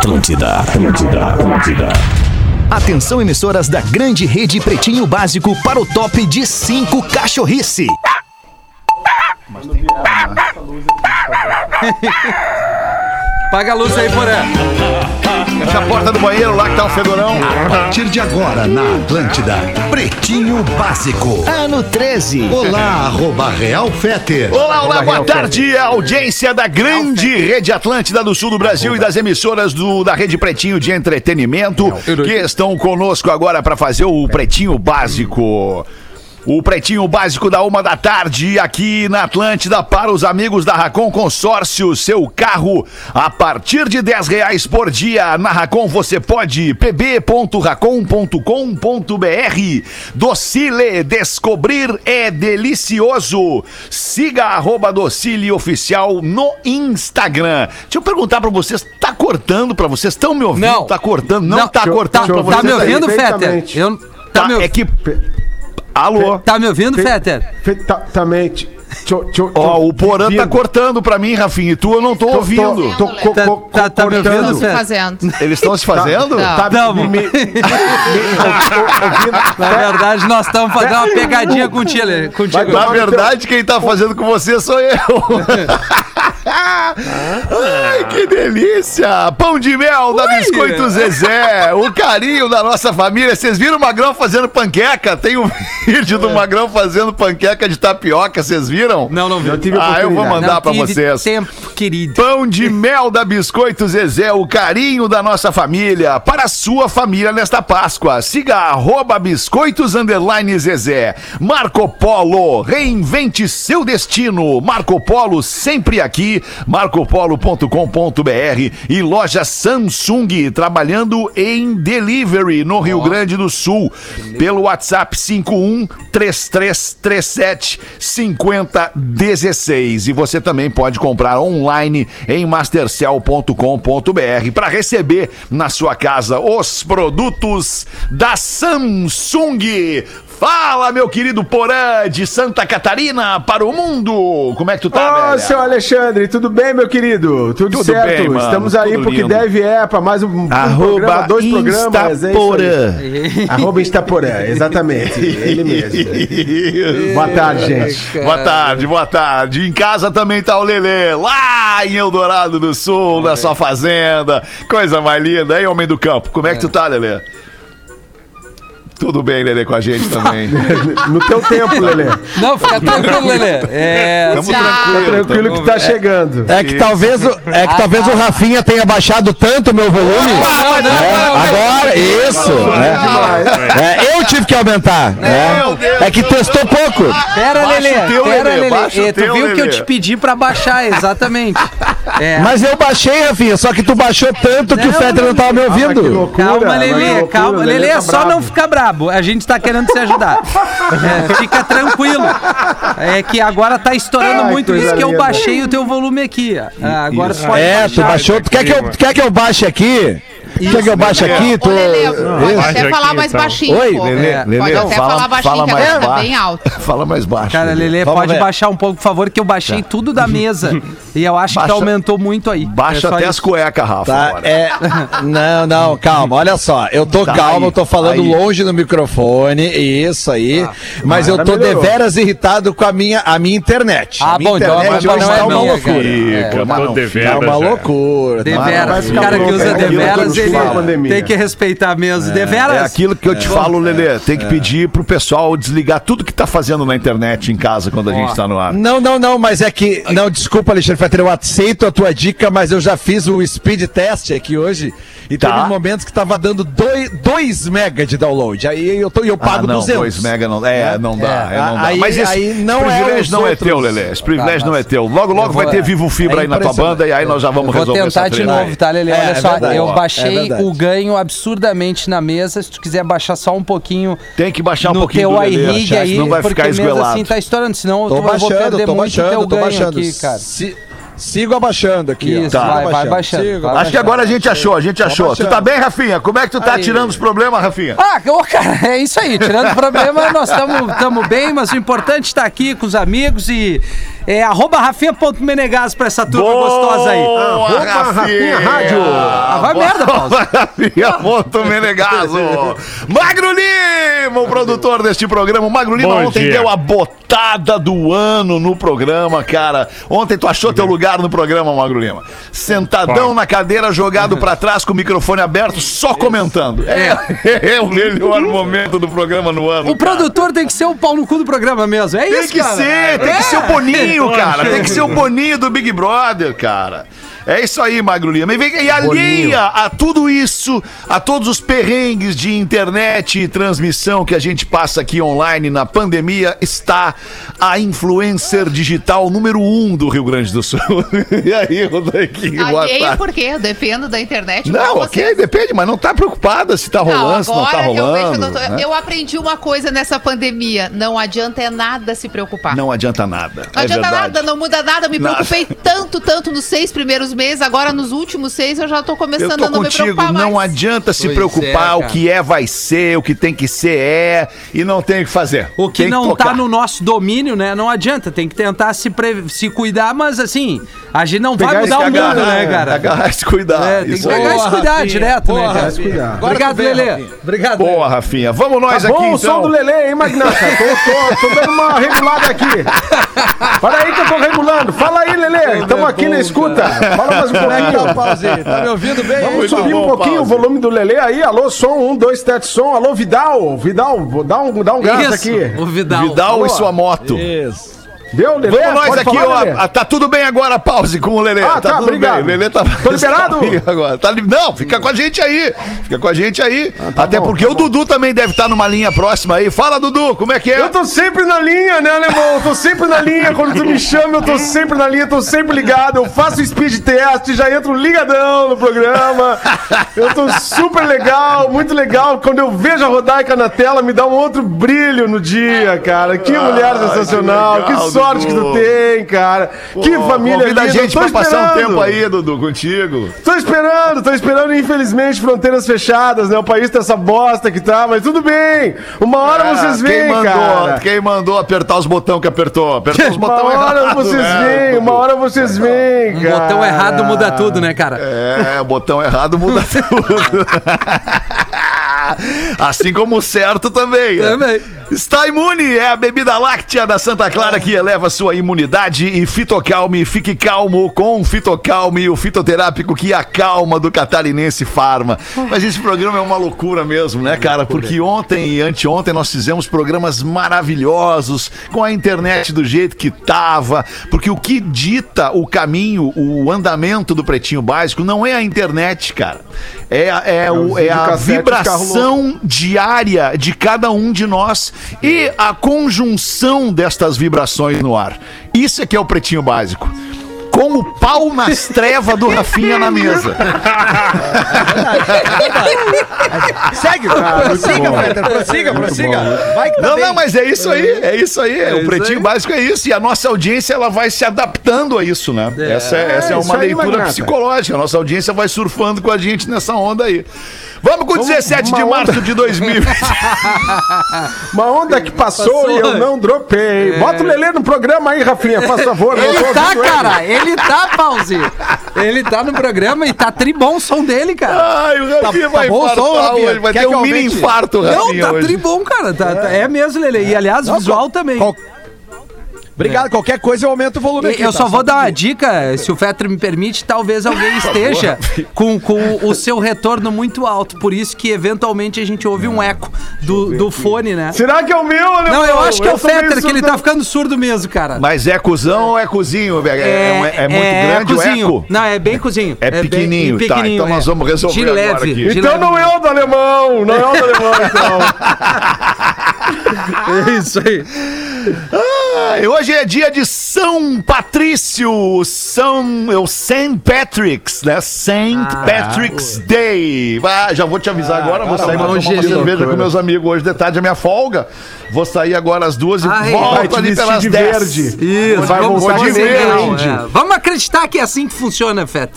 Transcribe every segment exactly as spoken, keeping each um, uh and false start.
Atlântida, Atlântida, Atlântida. Atenção, emissoras da grande rede Pretinho Básico para o top de cinco cachorrice. Mas tem essa luz aqui. Paga a luz aí, Porã. Fecha a porta do banheiro lá que tá um fedorão. A partir de agora na Atlântida, Pretinho Básico. Ano treze. Olá, arroba Real Feter. Olá, olá, boa tarde. A audiência da grande rede Atlântida do sul do Brasil e das emissoras do, da rede Pretinho de entretenimento que estão conosco agora para fazer o Pretinho Básico. O Pretinho Básico da uma da tarde aqui na Atlântida para os amigos da Racon Consórcio. Seu carro a partir de dez reais por dia. Na Racon você pode p b ponto racon ponto com ponto b r. Docile, descobrir é delicioso. Siga arroba Docile Oficial no Instagram. Deixa eu perguntar pra vocês, tá cortando pra vocês? Estão me ouvindo? Não. Tá cortando? Não, Não. tá cortando tá, pra vocês? Tá me ouvindo, aí? Fetter? Eu... Tá, Tá, me... é que... Alô? tá me ouvindo, Fetter? Também. Ó, o Porã tá cortando pra mim, Rafinha, e tu eu não tô, tô ouvindo. Tô, tô, tá, tô, tá, tá me ouvindo, se fazendo. Eles estão se fazendo? Tá, tá, me, me, me, Na verdade, nós estamos fazendo uma pegadinha contigo. contigo. Na verdade, quem tá fazendo com você sou eu. Ai, que delícia! Pão de mel da Ui. Biscoito Zezé, o carinho da nossa família. Vocês viram o Magrão fazendo panqueca? Tem um vídeo do Magrão fazendo panqueca de tapioca, vocês viram? Não, não vi. Eu tive Ah, eu vou mandar não pra tive vocês. tempo, querido. Pão de mel da Biscoito Zezé, o carinho da nossa família, para a sua família nesta Páscoa. Siga arroba biscoitos underline Zezé. Marco Polo, reinvente seu destino. Marco Polo sempre aqui, marco polo ponto com ponto b r e loja Samsung, trabalhando em delivery no Rio Grande do Sul, pelo WhatsApp cinco um três três três sete cinco zero um seis. E você também pode comprar online em mastercell ponto com ponto b r para receber na sua casa os produtos da Samsung. Fala, meu querido Porã de Santa Catarina para o mundo. Como é que tu tá, Ô, velho? seu Alexandre, tudo bem, meu querido? Tudo, Tudo certo? bem, mano, Estamos aí tudo porque lindo. deve é para mais um, um programa, dois programas. É isso aí. Arroba Instaporã, exatamente. Ele mesmo. Boa tarde, gente. Boa tarde, boa tarde. Em casa também tá o Lelê, lá em Eldorado do Sul, na sua fazenda. Coisa mais linda, hein, homem do campo? Como é que tu tá, Lelê? Tudo bem, Lelê, com a gente também. No teu tempo, Lelê. Não, fica tranquilo, Lelê. É, Tamo Tchau. tranquilo. Tá tranquilo que tá chegando. É que talvez, o, é que talvez o Rafinha tenha baixado tanto o meu volume. Não, não, É, não, não. agora, isso. É. É, eu tive que aumentar. É, é que testou pouco. Pera, Baixa Lelê. o teu, Pera, Lelê, Lelê. baixa o É, tu teu, viu que eu Lelê. te pedi pra baixar, exatamente. É. Mas eu baixei, Rafinha, só que tu baixou tanto que o Não, Fetter não tava me Ah, mas que ouvindo. loucura, Calma, mas que Lelê, loucura, calma. o Lelê, tá é só brabo. não ficar brabo. A gente tá querendo te ajudar. É, fica tranquilo. É que agora tá estourando Ai, muito coisa isso que eu linda. baixei o teu volume aqui. Ah, agora Isso. tu pode É, baixar. tu baixou. Tu quer que eu, quer que eu baixe aqui? Quer que eu baixe aqui? Tu... Ô, Lelê, pode Isso. até falar mais baixinho. Oi, pô. Lelê, É, Lelê, Pode até fala, falar baixinho, fala que a mais voz tá baixo. bem alta. Fala mais baixo. Cara, Lelê, Vamos pode ver. baixar um pouco, por favor, que eu baixei tudo da mesa. E eu acho Baixa- que aumentou muito aí. Baixa É só até isso. as cuecas, Rafa. Tá, agora. é. Não, não, calma, olha só. Eu tô Tá calmo, aí, eu tô falando aí. longe do microfone, isso aí. mas eu mas tô melhorou. deveras irritado com a minha, a minha internet. Ah, a minha bom, então a internet culpa hoje não é tá uma minha, loucura. cara. Fica, mas não fica. É uma loucura. tá? Deveras. vai O ficar cara que pronto, usa é aquilo que eu deveras, te ele falo, pandemia. tem que respeitar mesmo. Deveras. É aquilo que eu te falo, Lelê. Tem que pedir pro pessoal desligar tudo que tá fazendo na internet em casa quando a gente tá no ar. Não, não, não, mas é que. Não, desculpa, Alexandre Fetter, eu aceito a tua dica, mas eu já fiz o speed test aqui hoje e Tá. teve momentos que tava dando dois mega de download. Aí eu, tô, eu Ah, pago não, duzentos. dois mega não. É, não dá. É, é, não dá. aí- Mas esse aí não é privilégio os não é outros. teu, Lelê. Esse privilégio Tá, não é mas- teu. Logo, logo Eu vai vou- ter Vivo Fibra é aí na tua impressionante. banda e aí nós já vamos Vou resolver essa tentar de treta. novo, tá, Lelê? É, Olha é só, verdade. eu É baixei verdade. o ganho absurdamente na mesa. Se tu quiser baixar só um pouquinho Tem que baixar um no pouquinho teu do Lelê, iRig achar, aí, senão vai porque ficar mesmo esguelado. assim tá estourando, senão Tô eu vou baixando, perder tô muito baixando, teu tô ganho baixando. aqui, cara. Si- sigo abaixando aqui. ó. Isso, Sigo vai, vai baixando, Sigo vai Acho que agora a gente achou, a gente achou. Tu baixando. tá bem, Rafinha? Como é que tu tá Aí. tirando os problemas, Rafinha? Ah, ô, cara, é isso aí. Tirando o problema, nós estamos bem, mas o importante é estar aqui com os amigos e, É arroba rafinha.menegas pra essa turma gostosa aí. Arroba Rafinha Rádio. Ah, vai merda, Paulo. Rafinha.menegaso. Magro Lima, o produtor deste programa. O Magro Lima Bom ontem dia. deu a botada do ano no programa, cara. Ontem tu achou teu lugar no programa, Magro Lima. Sentadão na cadeira, jogado pra trás com o microfone aberto, só comentando. É, é o melhor momento do programa no ano. O cara. produtor tem que ser o pau no cu do programa mesmo. É Tem isso, que cara. ser, tem É. que ser o Boninho, cara. Tem que ser o Boninho do Big Brother, cara. É isso aí, Magro Lima. E, vem, e alheia a tudo isso, a todos os perrengues de internet e transmissão que a gente passa aqui online na pandemia, está a influencer digital número um do Rio Grande do Sul. E aí, Rodaiquinho, boa Alheio tarde. por quê? Eu defendo da internet. Não, igual ok, vocês. depende, mas não tá preocupada se tá rolando, se não tá realmente, rolando. eu, não tô- né? eu aprendi uma coisa nessa pandemia. Não adianta é nada se preocupar. Não adianta nada. Não é adianta verdade. nada, não muda nada. Eu me Nada. preocupei tanto, tanto nos seis primeiros meses. Agora, nos últimos seis, eu já tô Eu começando tô a não me contigo, preocupar não mais. adianta se Pois preocupar, é, cara. o que é vai ser, o que tem que ser é, e não tem o que fazer. O que Tem não tocar. tá no nosso domínio, né? Não adianta, tem que tentar se, pre- se cuidar, mas assim, a gente não vai Pegar mudar esse o mundo, agarrar, né, é, cara? Agarrar e se cuidar. É, tem que Isso pegar aí. e se cuidar Rafinha. direto, né, Boa, cara? Rafinha. Obrigado, tu veio, Lelê. Rafinha. Obrigado. Boa, Rafinha. Vamos nós Tá aqui, bom o então. som do Lelê, hein, Magnata? Tô, tô, tô dando uma regulada aqui. Para aí que eu tô regulando. Fala aí, Lelê. Estamos aqui na escuta. Fala mais um Como é que tá o pouquinho. pauzinho? Tá me ouvindo bem? Vamos Muito subir bom, um pouquinho Pause. o volume do Lelê aí. Alô, som, um, dois, tete, som. Alô, Vidal. Vidal, vou dar um, dá um gás Isso, aqui. o Vidal. Vidal Boa. e sua moto. Isso. Deu, Lelê? Vamos nós Pode aqui, falar, ó. Lelê? Ah, tá tudo bem agora, pause com o Lelê. Ah, tá, tudo obrigado. bem. O Lelê tá. Tô liberado? Agora. Tá li... Não, fica com a gente aí. Fica com a gente aí. Até bom, porque tá o Dudu também deve estar numa linha próxima aí. Fala, Dudu, como é que é? Eu tô sempre na linha, né, alemão? Eu tô sempre na linha. Quando tu me chama, eu tô sempre na linha, tô sempre ligado. Eu faço speed test, já entro ligadão no programa. Eu tô super legal, muito legal. Quando eu vejo a Rodaica na tela, me dá um outro brilho no dia, cara. Que mulher sensacional, que que, legal, sorte que Dudu. tu tem, cara. que família Convida a linda. gente Tô pra passar um esperando. tempo aí, Dudu, contigo. Tô esperando, tô esperando, infelizmente, fronteiras fechadas, né? O país tá essa bosta que tá, mas tudo bem. Uma hora Ah, vocês quem vêm, mandou, cara. Quem mandou apertar os botões que apertou? Apertou os Uma botões hora errados, vocês né, vêm, Dudu? uma hora vocês vêm, Um cara. botão errado muda tudo, né, cara? É, o botão errado muda tudo. Assim como o certo também. né? Também. Está Imune é a bebida láctea da Santa Clara que eleva sua imunidade, e Fitocalme, fique calmo com o Fitocalme, o fitoterápico que acalma do Catarinense Farma. Mas esse programa é uma loucura mesmo, né, cara? Porque ontem e anteontem nós fizemos programas maravilhosos, com a internet do jeito que tava, porque o que dita o caminho, o andamento do Pretinho Básico não é a internet, cara. É, a- é, o, é a videocassete, vibração diária de cada um de nós e a conjunção destas vibrações no ar. Isso é que é o Pretinho Básico. Com o pau nas trevas do Rafinha na mesa. Segue, prossiga, Peter, prossiga, prossiga. Vai que tá Não, bem. não, mas é isso aí, é isso aí. É o isso Pretinho aí. Básico é isso. E a nossa audiência ela vai se adaptando a isso, né? Essa é, essa é É, isso uma aí, leitura Magnata. psicológica. A nossa audiência vai surfando com a gente nessa onda aí. Vamos com Vamos, dezessete de uma março onda. de dois mil e vinte. Uma onda que passou, Passou. e eu não dropei. Bota o Lelê no programa aí, Rafinha, faz favor. eu Ele tô tá, ouvindo ele. cara, ele tá, Pause. Ele tá no programa e tá tribom o som dele, cara. Ai, o Rafinha Tá- vai tá bom o som, infartar Rafinha? hoje. Vai Quer ter que um eu mini aumente? infarto, Não, Rafinha, tá hoje. tribom, cara. Tá, é. é mesmo, Lele. E aliás, Não, visual qual- também. qual- Obrigado, qualquer coisa eu aumento o volume aqui. Eu tá? só vou dar uma dica, se o Fetter me permite, talvez alguém esteja com, com o seu retorno muito alto, por isso que eventualmente a gente ouve um eco do, do fone, né? Será que é o meu, Alemão? Não, eu acho que é o tô meio Fetter, que ele tá surdo. ficando surdo mesmo, cara. Mas é cuzão ou é cozinho? É, é- é muito grande o cozinho. eco? Não, é bem cozinho. É bem- pequenininho, bem tá, então nós vamos resolver de agora leve, aqui. de Então leve. não é o do Alemão, não é o do Alemão, então. É isso aí. Ah, e hoje é dia de São Patrício, São, é o Saint Patrick's, né? Saint Patrick's Day. Ah, já vou te avisar agora, vou sair pra tomar uma Evangelho. cerveja com meus amigos hoje de tarde, é minha folga. Vou sair agora às duas e Ai, volto vai te ali vestir pelas de dez. verde. Isso, Vai vamos, voltar vamos de ser legal, verde. é. Vamos acreditar que é assim que funciona, Fetter.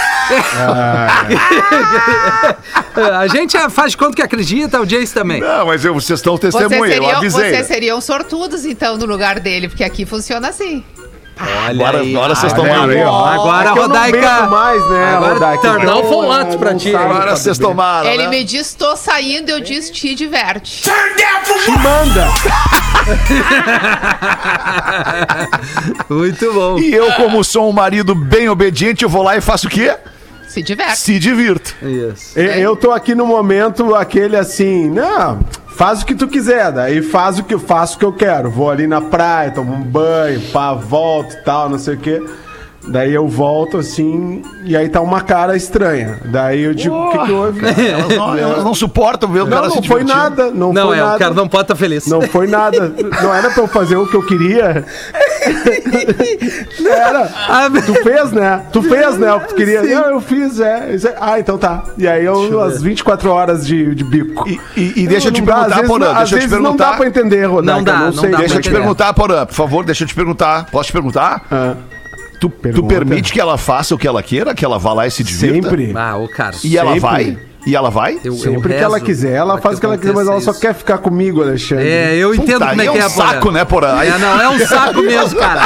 A gente é- faz de conta que acredita, o Jace também. Não, mas eu- vocês estão Vocês testemunhando, eu seriam, avisei. vocês seriam sortudos, então, no lugar dele, porque aqui funciona assim. Olha Agora, aí. agora vocês Ah, tomaram. aí, ó. Agora, É que eu não Rodaica. bebo mais, né, Agora Rodaica? tornou Então, folate pra não ti. sabe. Agora vocês tomaram, Ele né? me diz, tô saindo, eu disse, te diverte. Te manda. Muito bom. E eu, como sou um marido bem obediente, eu vou lá e faço o quê? Se diverte. Se divirto. Isso. E- Eu tô aqui no momento aquele assim, não, faz o que tu quiser, daí faz o que eu faço o que eu quero. Vou ali na praia, tomo um banho, pá, volto e tal, não sei o quê. Daí eu volto assim, e aí tá uma cara estranha. Daí eu digo, o que que houve? Elas não, elas não suportam ver o Não, cara não se foi divertindo. nada, não, Não, foi é, nada. o cara não pode estar feliz. Não foi nada. Não era pra eu fazer o que eu queria. Era. Ah, Tu fez, né? Tu fez, né? O que tu queria. Não, eu fiz, é. Isso é- Ah, então tá. E aí eu, as vinte e quatro horas de, de bico. E, e- e deixa eu te Não dá, às perguntar, vezes Porã, não- às deixa eu te vezes não dá perguntar. pra entender, Rodaica. Não dá, não não sei. dá Deixa eu pra te entender. perguntar, Porã, por favor, deixa eu te perguntar. Posso te perguntar? Ah, Tu, tu Pergunta. permite que ela faça o que ela queira, que ela vá lá e se divirta? sempre. Ah, o cara. E ela Sempre. vai? E ela vai? Eu- eu Sempre que rezo ela quiser. Ela pra faz o que ela quiser, mas ela aconteça só isso. quer ficar comigo, Alexandre. É, eu entendo Puta, como é aí que é é, um saco, Porã. né, Porã? Aí- É, não, é um saco mesmo, cara.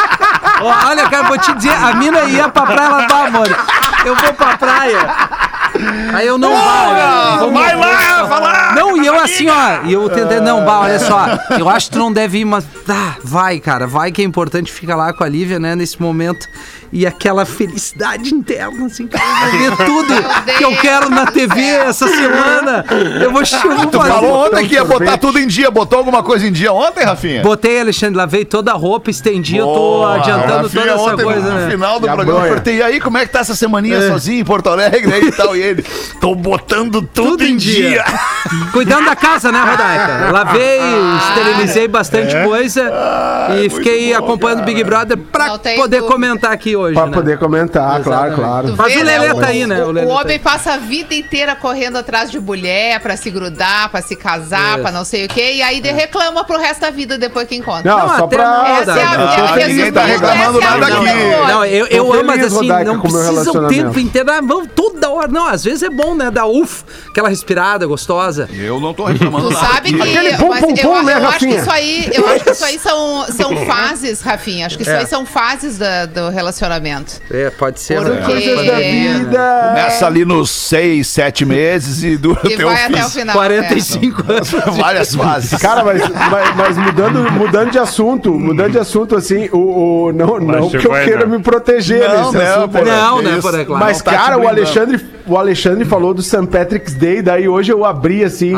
Ó, olha, cara, vou te dizer, a mina ia pra praia, ela tá, amor. Eu vou pra praia. Aí eu não Porra, vou. vai lá, vai lá. Não, e eu assim, ó, e eu tentei, não, bah, olha só, eu acho que tu não deve ir, mas tá, vai, cara, vai que é importante, fica lá com a Lívia, né, nesse momento. E aquela felicidade interna, assim, cara, eu vou ver tudo Deus que eu quero na T V essa semana. Eu vou, eu vou Tu fazer. falou ontem um que ia botar sorvete. tudo em dia. Botou alguma coisa em dia ontem, Rafinha? Botei, Alexandre, lavei toda a roupa, estendi, eu tô Boa, adiantando Rafinha, toda essa ontem, coisa, no né? final do E a programa, eu banha? perguntei, e aí, como é que tá essa semaninha sozinho em Porto Alegre aí e tal? E ele, tô botando tudo, Tudo em em dia. dia. Cuidando da casa, né, Rodaica? Lavei, esterilizei bastante coisa e fiquei acompanhando o Big Brother pra Não tem poder dúvida. comentar aqui hoje, Pra né? poder comentar, claro, claro. Tu Mas vê, o né, Lelê tá aí, né? O, O Lelê o tá homem aí. passa a vida inteira correndo atrás de mulher pra se grudar, pra se casar, pra não sei o quê, e aí de reclama pro resto da vida depois que encontra. Não, Não, só até pra... não, Essa é a, Não, é, ninguém resumindo, tá reclamando essa é a nada vida aqui. do homem. Não, eu, eu Tô amo, mas feliz, assim, Rodaica, não com o meu precisa o relacionamento. tempo inteiro. Ah, vamos toda hora. Não, às vezes é bom, né? Dar uff, aquela respirada gostosa. Eu não tô reclamando Tu nada. sabe que. Aquele pum, mas pum, eu, pum, eu né, acho que Rafinha? isso aí, eu acho que isso aí são, são fases, Rafinha. Acho que isso É. aí são fases da- do relacionamento. É, pode ser. Porque- né? Coisas É. da vida. Começa ali nos seis, sete meses e dura E até o vai até o fim. final. quarenta e é. cinco anos. Várias fases. Cara, mas, mas, mas mudando, mudando de assunto, mudando de assunto, assim, o, o- não, não que eu vai, queira não. me proteger Não, nesse não, assunto. porra. Não, né, Isso. por aí, claro. Mas, não tá te cara, o blindando. Alexandre, o Alexandre falou do Saint Patrick's Day, daí hoje eu abri, assim,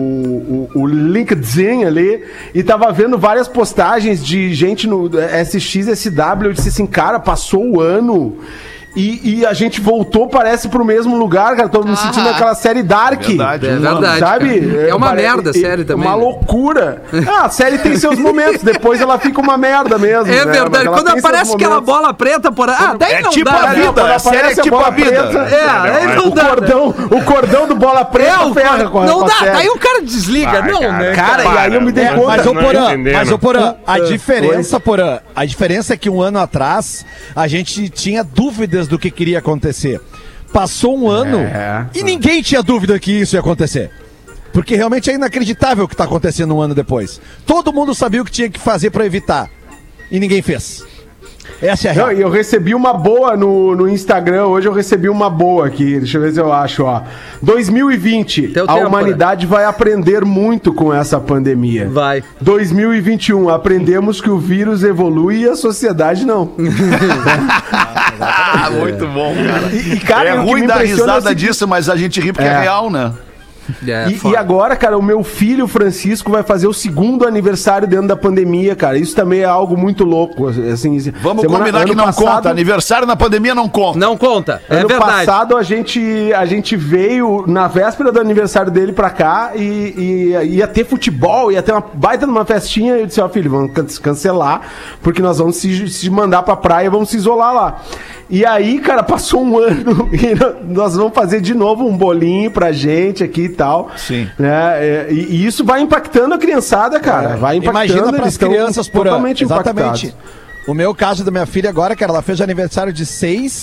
o, o, o LinkedIn ali e tava vendo várias postagens de gente no S X S W, eu disse assim, cara, passou o ano... E, e a gente voltou, parece, pro mesmo lugar, cara. Tô me Aham. sentindo naquela série Dark. Verdade, É um ano. verdade. Sabe? cara. É uma pare- merda a e- série também. Uma né? loucura. Ah, a série tem seus momentos, depois ela fica uma merda mesmo. É né? Mas verdade. ela Quando tem seus aparece aquela momentos. bola preta por aí. Ah, daí É não tipo dá. a né? vida, Quando a série é aparece a tipo bola a vida. preta, É, aí não o dá. cordão, o cordão do bola preta É, o ferra com a não com a dá. série. Daí o cara desliga. Ah, não, cara, né? Cara, e aí eu me dei É, conta. Mas, ô não Porã, entendendo. mas, ô Porã, a Oi. diferença, Porã, a diferença é que um ano atrás a gente tinha dúvidas do que queria acontecer. Passou um ano É. e ninguém tinha dúvida que isso ia acontecer. Porque realmente é inacreditável o que está acontecendo um ano depois. Todo mundo sabia o que tinha que fazer para evitar. E ninguém fez. Essa é a real. Não, e eu recebi uma boa no, no Instagram, hoje eu recebi uma boa aqui, deixa eu ver se eu acho, ó. dois mil e vinte, Teu a tempo, humanidade vai aprender muito com essa pandemia. Vai. dois mil e vinte e um, aprendemos que o vírus evolui e a sociedade não. Ah, muito bom, cara. E, e, cara, É o que ruim me dar impressiona é o risada seguinte- disso, mas a gente ri porque é, É. real, né? É, E, foda. e agora, cara, o meu filho Francisco vai fazer o segundo aniversário dentro da pandemia, cara. Isso também é algo muito louco. Assim, Vamos semana- combinar que ano não passado- conta. Aniversário na pandemia não conta. Não conta. É ano verdade. passado a gente, a gente veio na véspera do aniversário dele pra cá e, e ia ter futebol, ia ter uma baita numa festinha. E eu disse, ó, filho, vamos can- cancelar, porque nós vamos se, se mandar pra praia, vamos se isolar lá. E aí, cara, passou um ano e nós vamos fazer de novo um bolinho pra gente aqui e tal. Sim. Né? É, E, e isso vai impactando a criançada, cara. Vai impactando. Imagina para eles as estão crianças por ano. totalmente Exatamente. impactados. O meu caso da minha filha agora, cara, ela fez aniversário de seis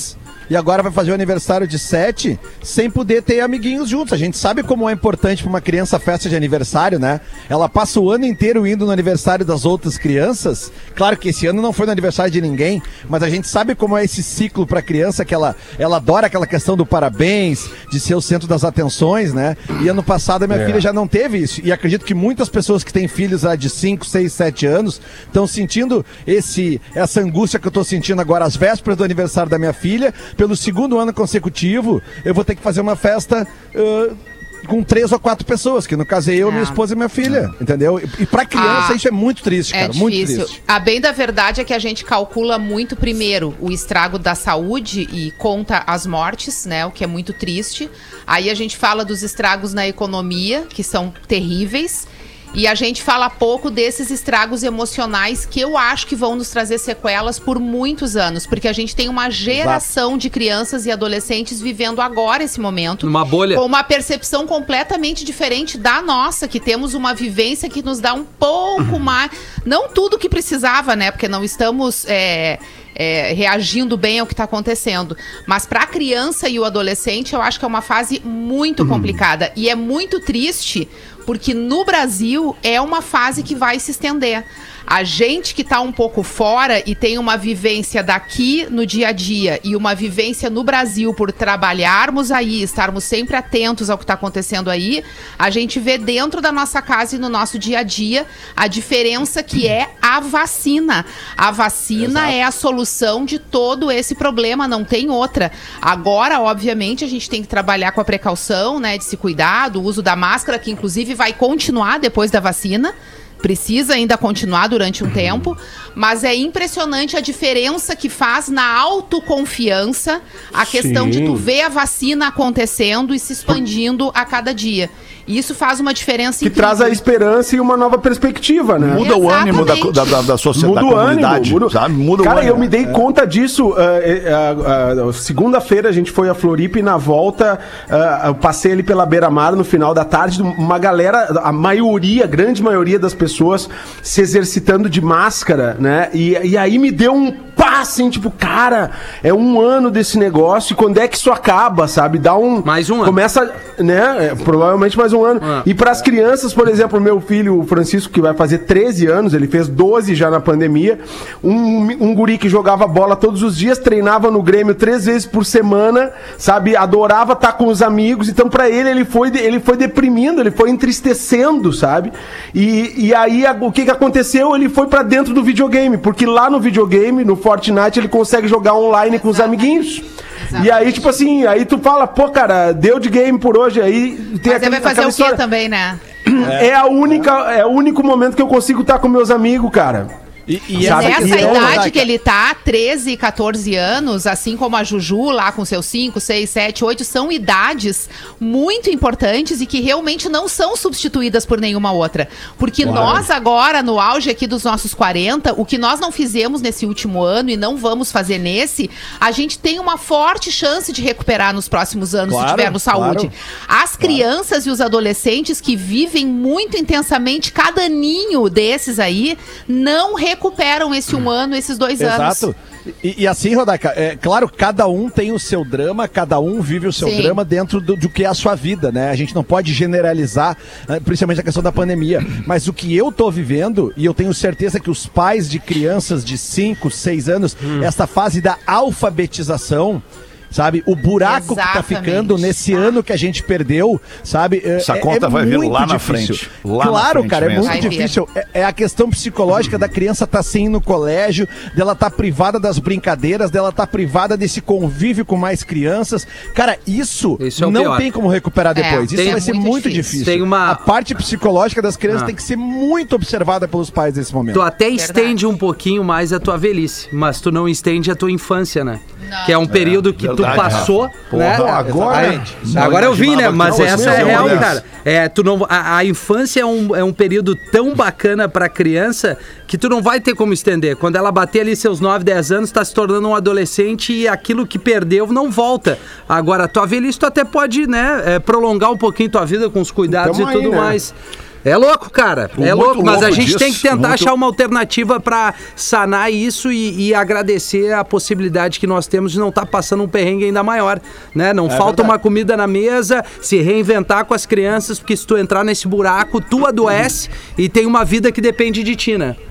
e agora vai fazer o aniversário de sete sem poder ter amiguinhos juntos. A gente sabe como é importante para uma criança a festa de aniversário, né? Ela passa o ano inteiro indo no aniversário das outras crianças. Claro que esse ano não foi no aniversário de ninguém, mas a gente sabe como é esse ciclo para a criança, que ela, ela adora aquela questão do parabéns, de ser o centro das atenções, né? E ano passado a minha é. filha já não teve isso. E acredito que muitas pessoas que têm filhos lá de cinco, seis, sete anos estão sentindo esse, essa angústia que eu estou sentindo agora, às vésperas do aniversário da minha filha. Pelo segundo ano consecutivo, eu vou ter que fazer uma festa uh, com três ou quatro pessoas, que no caso é eu, é. minha esposa e minha filha, é. entendeu? E, e pra criança ah, isso é muito triste, cara, é muito triste. A bem da verdade é que a gente calcula muito primeiro o estrago da saúde e conta as mortes, né, o que é muito triste. Aí a gente fala dos estragos na economia, que são terríveis. E a gente fala pouco desses estragos emocionais que eu acho que vão nos trazer sequelas por muitos anos. Porque a gente tem uma geração Exato. de crianças e adolescentes vivendo agora esse momento. Uma bolha. Com uma percepção completamente diferente da nossa, que temos uma vivência que nos dá um pouco uhum. mais... Não tudo que precisava, né? Porque não estamos... É... É, reagindo bem ao que está acontecendo. Mas para a criança e o adolescente, eu acho que é uma fase muito uhum. complicada. E é muito triste, porque no Brasil é uma fase que vai se estender. A gente que está um pouco fora e tem uma vivência daqui no dia a dia e uma vivência no Brasil por trabalharmos aí, estarmos sempre atentos ao que está acontecendo aí, a gente vê dentro da nossa casa e no nosso dia a dia a diferença que é a vacina. A vacina Exato. é a solução de todo esse problema, não tem outra. Agora, obviamente, a gente tem que trabalhar com a precaução, né, de se cuidar, do uso da máscara, que inclusive vai continuar depois da vacina. Precisa ainda continuar durante um tempo, mas é impressionante a diferença que faz na autoconfiança a Sim. questão de tu ver a vacina acontecendo e se expandindo a cada dia. E isso faz uma diferença que incrível. Traz a esperança e uma nova perspectiva, né? Muda Exatamente. o ânimo da, da, da, da sociedade, muda da comunidade, ânimo, muda... sabe? Muda Cara, o ânimo. eu me dei é. conta disso. Uh, uh, uh, uh, segunda-feira a gente foi a Floripa e na volta uh, eu passei ali pela beira-mar no final da tarde, uma galera, a maioria, a grande maioria das pessoas se exercitando de máscara, né? E, e aí me deu um pá, assim, tipo, cara, é um ano desse negócio e quando é que isso acaba, sabe? Dá um... Mais um ano. Começa, né? É, provavelmente mais um ano. Ah. E para as crianças, por exemplo, meu filho, o Francisco, que vai fazer treze anos, ele fez doze já na pandemia, um, um guri que jogava bola todos os dias, treinava no Grêmio três vezes por semana, sabe? Adorava estar com os amigos, então para ele, ele foi, ele foi deprimindo, ele foi entristecendo, sabe? E, e aí, a, o que que aconteceu? Ele foi para dentro do videogame, porque lá no videogame, no Fortnite, ele consegue jogar online com os amiguinhos. Exato. E aí, tipo assim, aí tu fala, pô, cara, deu de game por hoje, aí tem Mas aquele, vai fazer o quê também, né? É, é, a única, é o único momento que eu consigo estar com meus amigos, cara. E, e nessa que idade que ele tá, treze, catorze anos, assim como a Juju lá com seus cinco, seis, sete, oito, são idades muito importantes e que realmente não são substituídas por nenhuma outra. Porque claro. nós agora, no auge aqui dos nossos quarenta, o que nós não fizemos nesse último ano e não vamos fazer nesse, a gente tem uma forte chance de recuperar nos próximos anos, claro, se tivermos saúde. Claro. As crianças claro. e os adolescentes que vivem muito intensamente cada aninho desses aí, não recuperam recuperam esse um ano, esses dois Exato. anos. Exato. E, e assim, Rodaica, é claro, cada um tem o seu drama, cada um vive o seu Sim. drama dentro do, do que é a sua vida, né? A gente não pode generalizar, principalmente a questão da pandemia. Mas o que eu tô vivendo, e eu tenho certeza que os pais de crianças de cinco, seis anos, hum. essa fase da alfabetização, sabe? O buraco Exatamente. que tá ficando nesse ah. ano que a gente perdeu, sabe? Essa é, conta é vai vir lá difícil. na frente. Lá claro, na frente cara, mesmo. é muito vai difícil. É, é a questão psicológica da criança tá sem ir no colégio, dela tá privada das brincadeiras, dela tá privada desse convívio com mais crianças. Cara, isso, isso é não pior. tem como recuperar depois. É, isso vai ser muito, muito difícil. Tem uma... A parte psicológica das crianças ah. tem que ser muito observada pelos pais nesse momento. Tu até Verdade. estende um pouquinho mais a tua velhice, mas tu não estende a tua infância, né? Não. Que é um período é, que verdade, tu passou, né? Porra, agora, agora eu vi, né? Mas essa é real, cara. É, tu não, a, a infância é um, é um período tão bacana pra criança que tu não vai ter como estender. Quando ela bater ali seus nove, dez anos, tá se tornando um adolescente e aquilo que perdeu não volta. Agora, tua velhice, tu até pode, né, é, prolongar um pouquinho tua vida com os cuidados Tamo e tudo aí, né? mais. É louco, cara. É Muito louco, mas a louco gente disso, tem que tentar muito- achar uma alternativa pra sanar isso e, e agradecer a possibilidade que nós temos de não estar passando um perrengue ainda maior, né? Não falta uma comida na mesa, se reinventar com as crianças, porque se tu entrar nesse buraco, tu adoece e tem uma vida que depende de ti, né?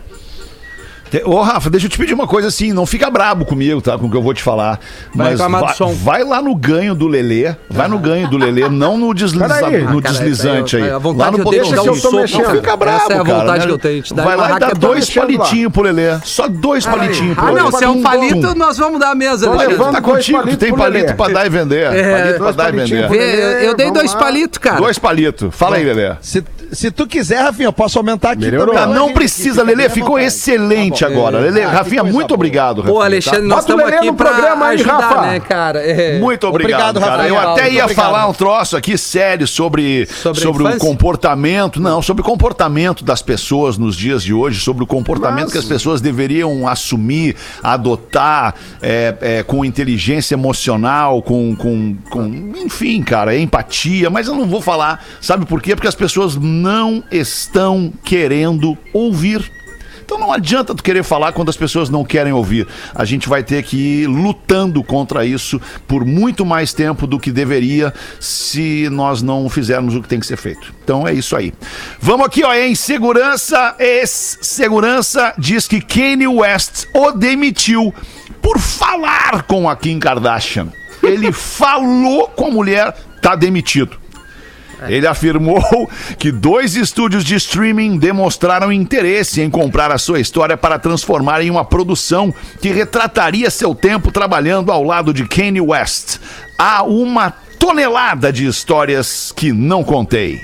Te- Ô, Rafa, deixa eu te pedir uma coisa assim, não fica brabo comigo, tá? Com o que eu vou te falar. Vai Mas reclamar do vai, som. vai lá no ganho do Lelê, vai no ganho do Lelê, não no, desliza, Peraí. no Ah, cara, deslizante é- aí. é a vontade Lá no que eu tenho de botão dar um de que eu tô som. mexendo. Não fica brabo, Essa é a cara, vontade né? que eu tenho, te dar Vai uma lá e dá raquete, dois mexendo lá. palitinhos pro Lelê. Só dois palitinhos pro Ah, Lelê. não, se é um Pum, palito, nós vamos dar a mesa, Pum. Alexandre. Tá Levando contigo, dois tu tem palitos pro palito pra Lelê. dar e vender. É, Palito pra dois dar e palitinhos vender. pro Vê, eu, eu dei Vamos dois lá. palitos, cara. Dois palitos. Fala aí, Lelê. Se, se tu quiser, Rafinha, eu posso aumentar aqui Melhorou. também. Tá, não Gente, precisa, fica Lelê. bem à Ficou vontade. excelente Tá bom. agora. Lelê, Ah, que Rafinha, coisa muito boa. obrigado, Rafinha. Pô, tá? Alexandre, nós Bota o estamos Lelê aqui no pra programa aí, ajudar, Rafa. né, cara? É. Muito obrigado, Obrigado, cara. Eu Rafael. até ia Obrigado. falar um troço aqui sério sobre, Sobre sobre, a o infância? comportamento. Não, sobre o comportamento das pessoas nos dias de hoje, sobre o comportamento Mas- que as pessoas deveriam assumir, adotar é, é, com inteligência emocional, com, com, com. Enfim, cara, empatia. Mas eu não vou falar. Sabe por quê? Porque as pessoas não estão querendo ouvir. Então não adianta tu querer falar quando as pessoas não querem ouvir. A gente vai ter que ir lutando contra isso por muito mais tempo do que deveria se nós não fizermos o que tem que ser feito. Então é isso aí. Vamos aqui, ó, em segurança, ex-segurança diz que Kanye West o demitiu por falar com a Kim Kardashian. Ele falou com a mulher, tá demitido. Ele afirmou que dois estúdios de streaming demonstraram interesse em comprar a sua história para transformar em uma produção que retrataria seu tempo trabalhando ao lado de Kanye West. Há uma tonelada de histórias que não contei.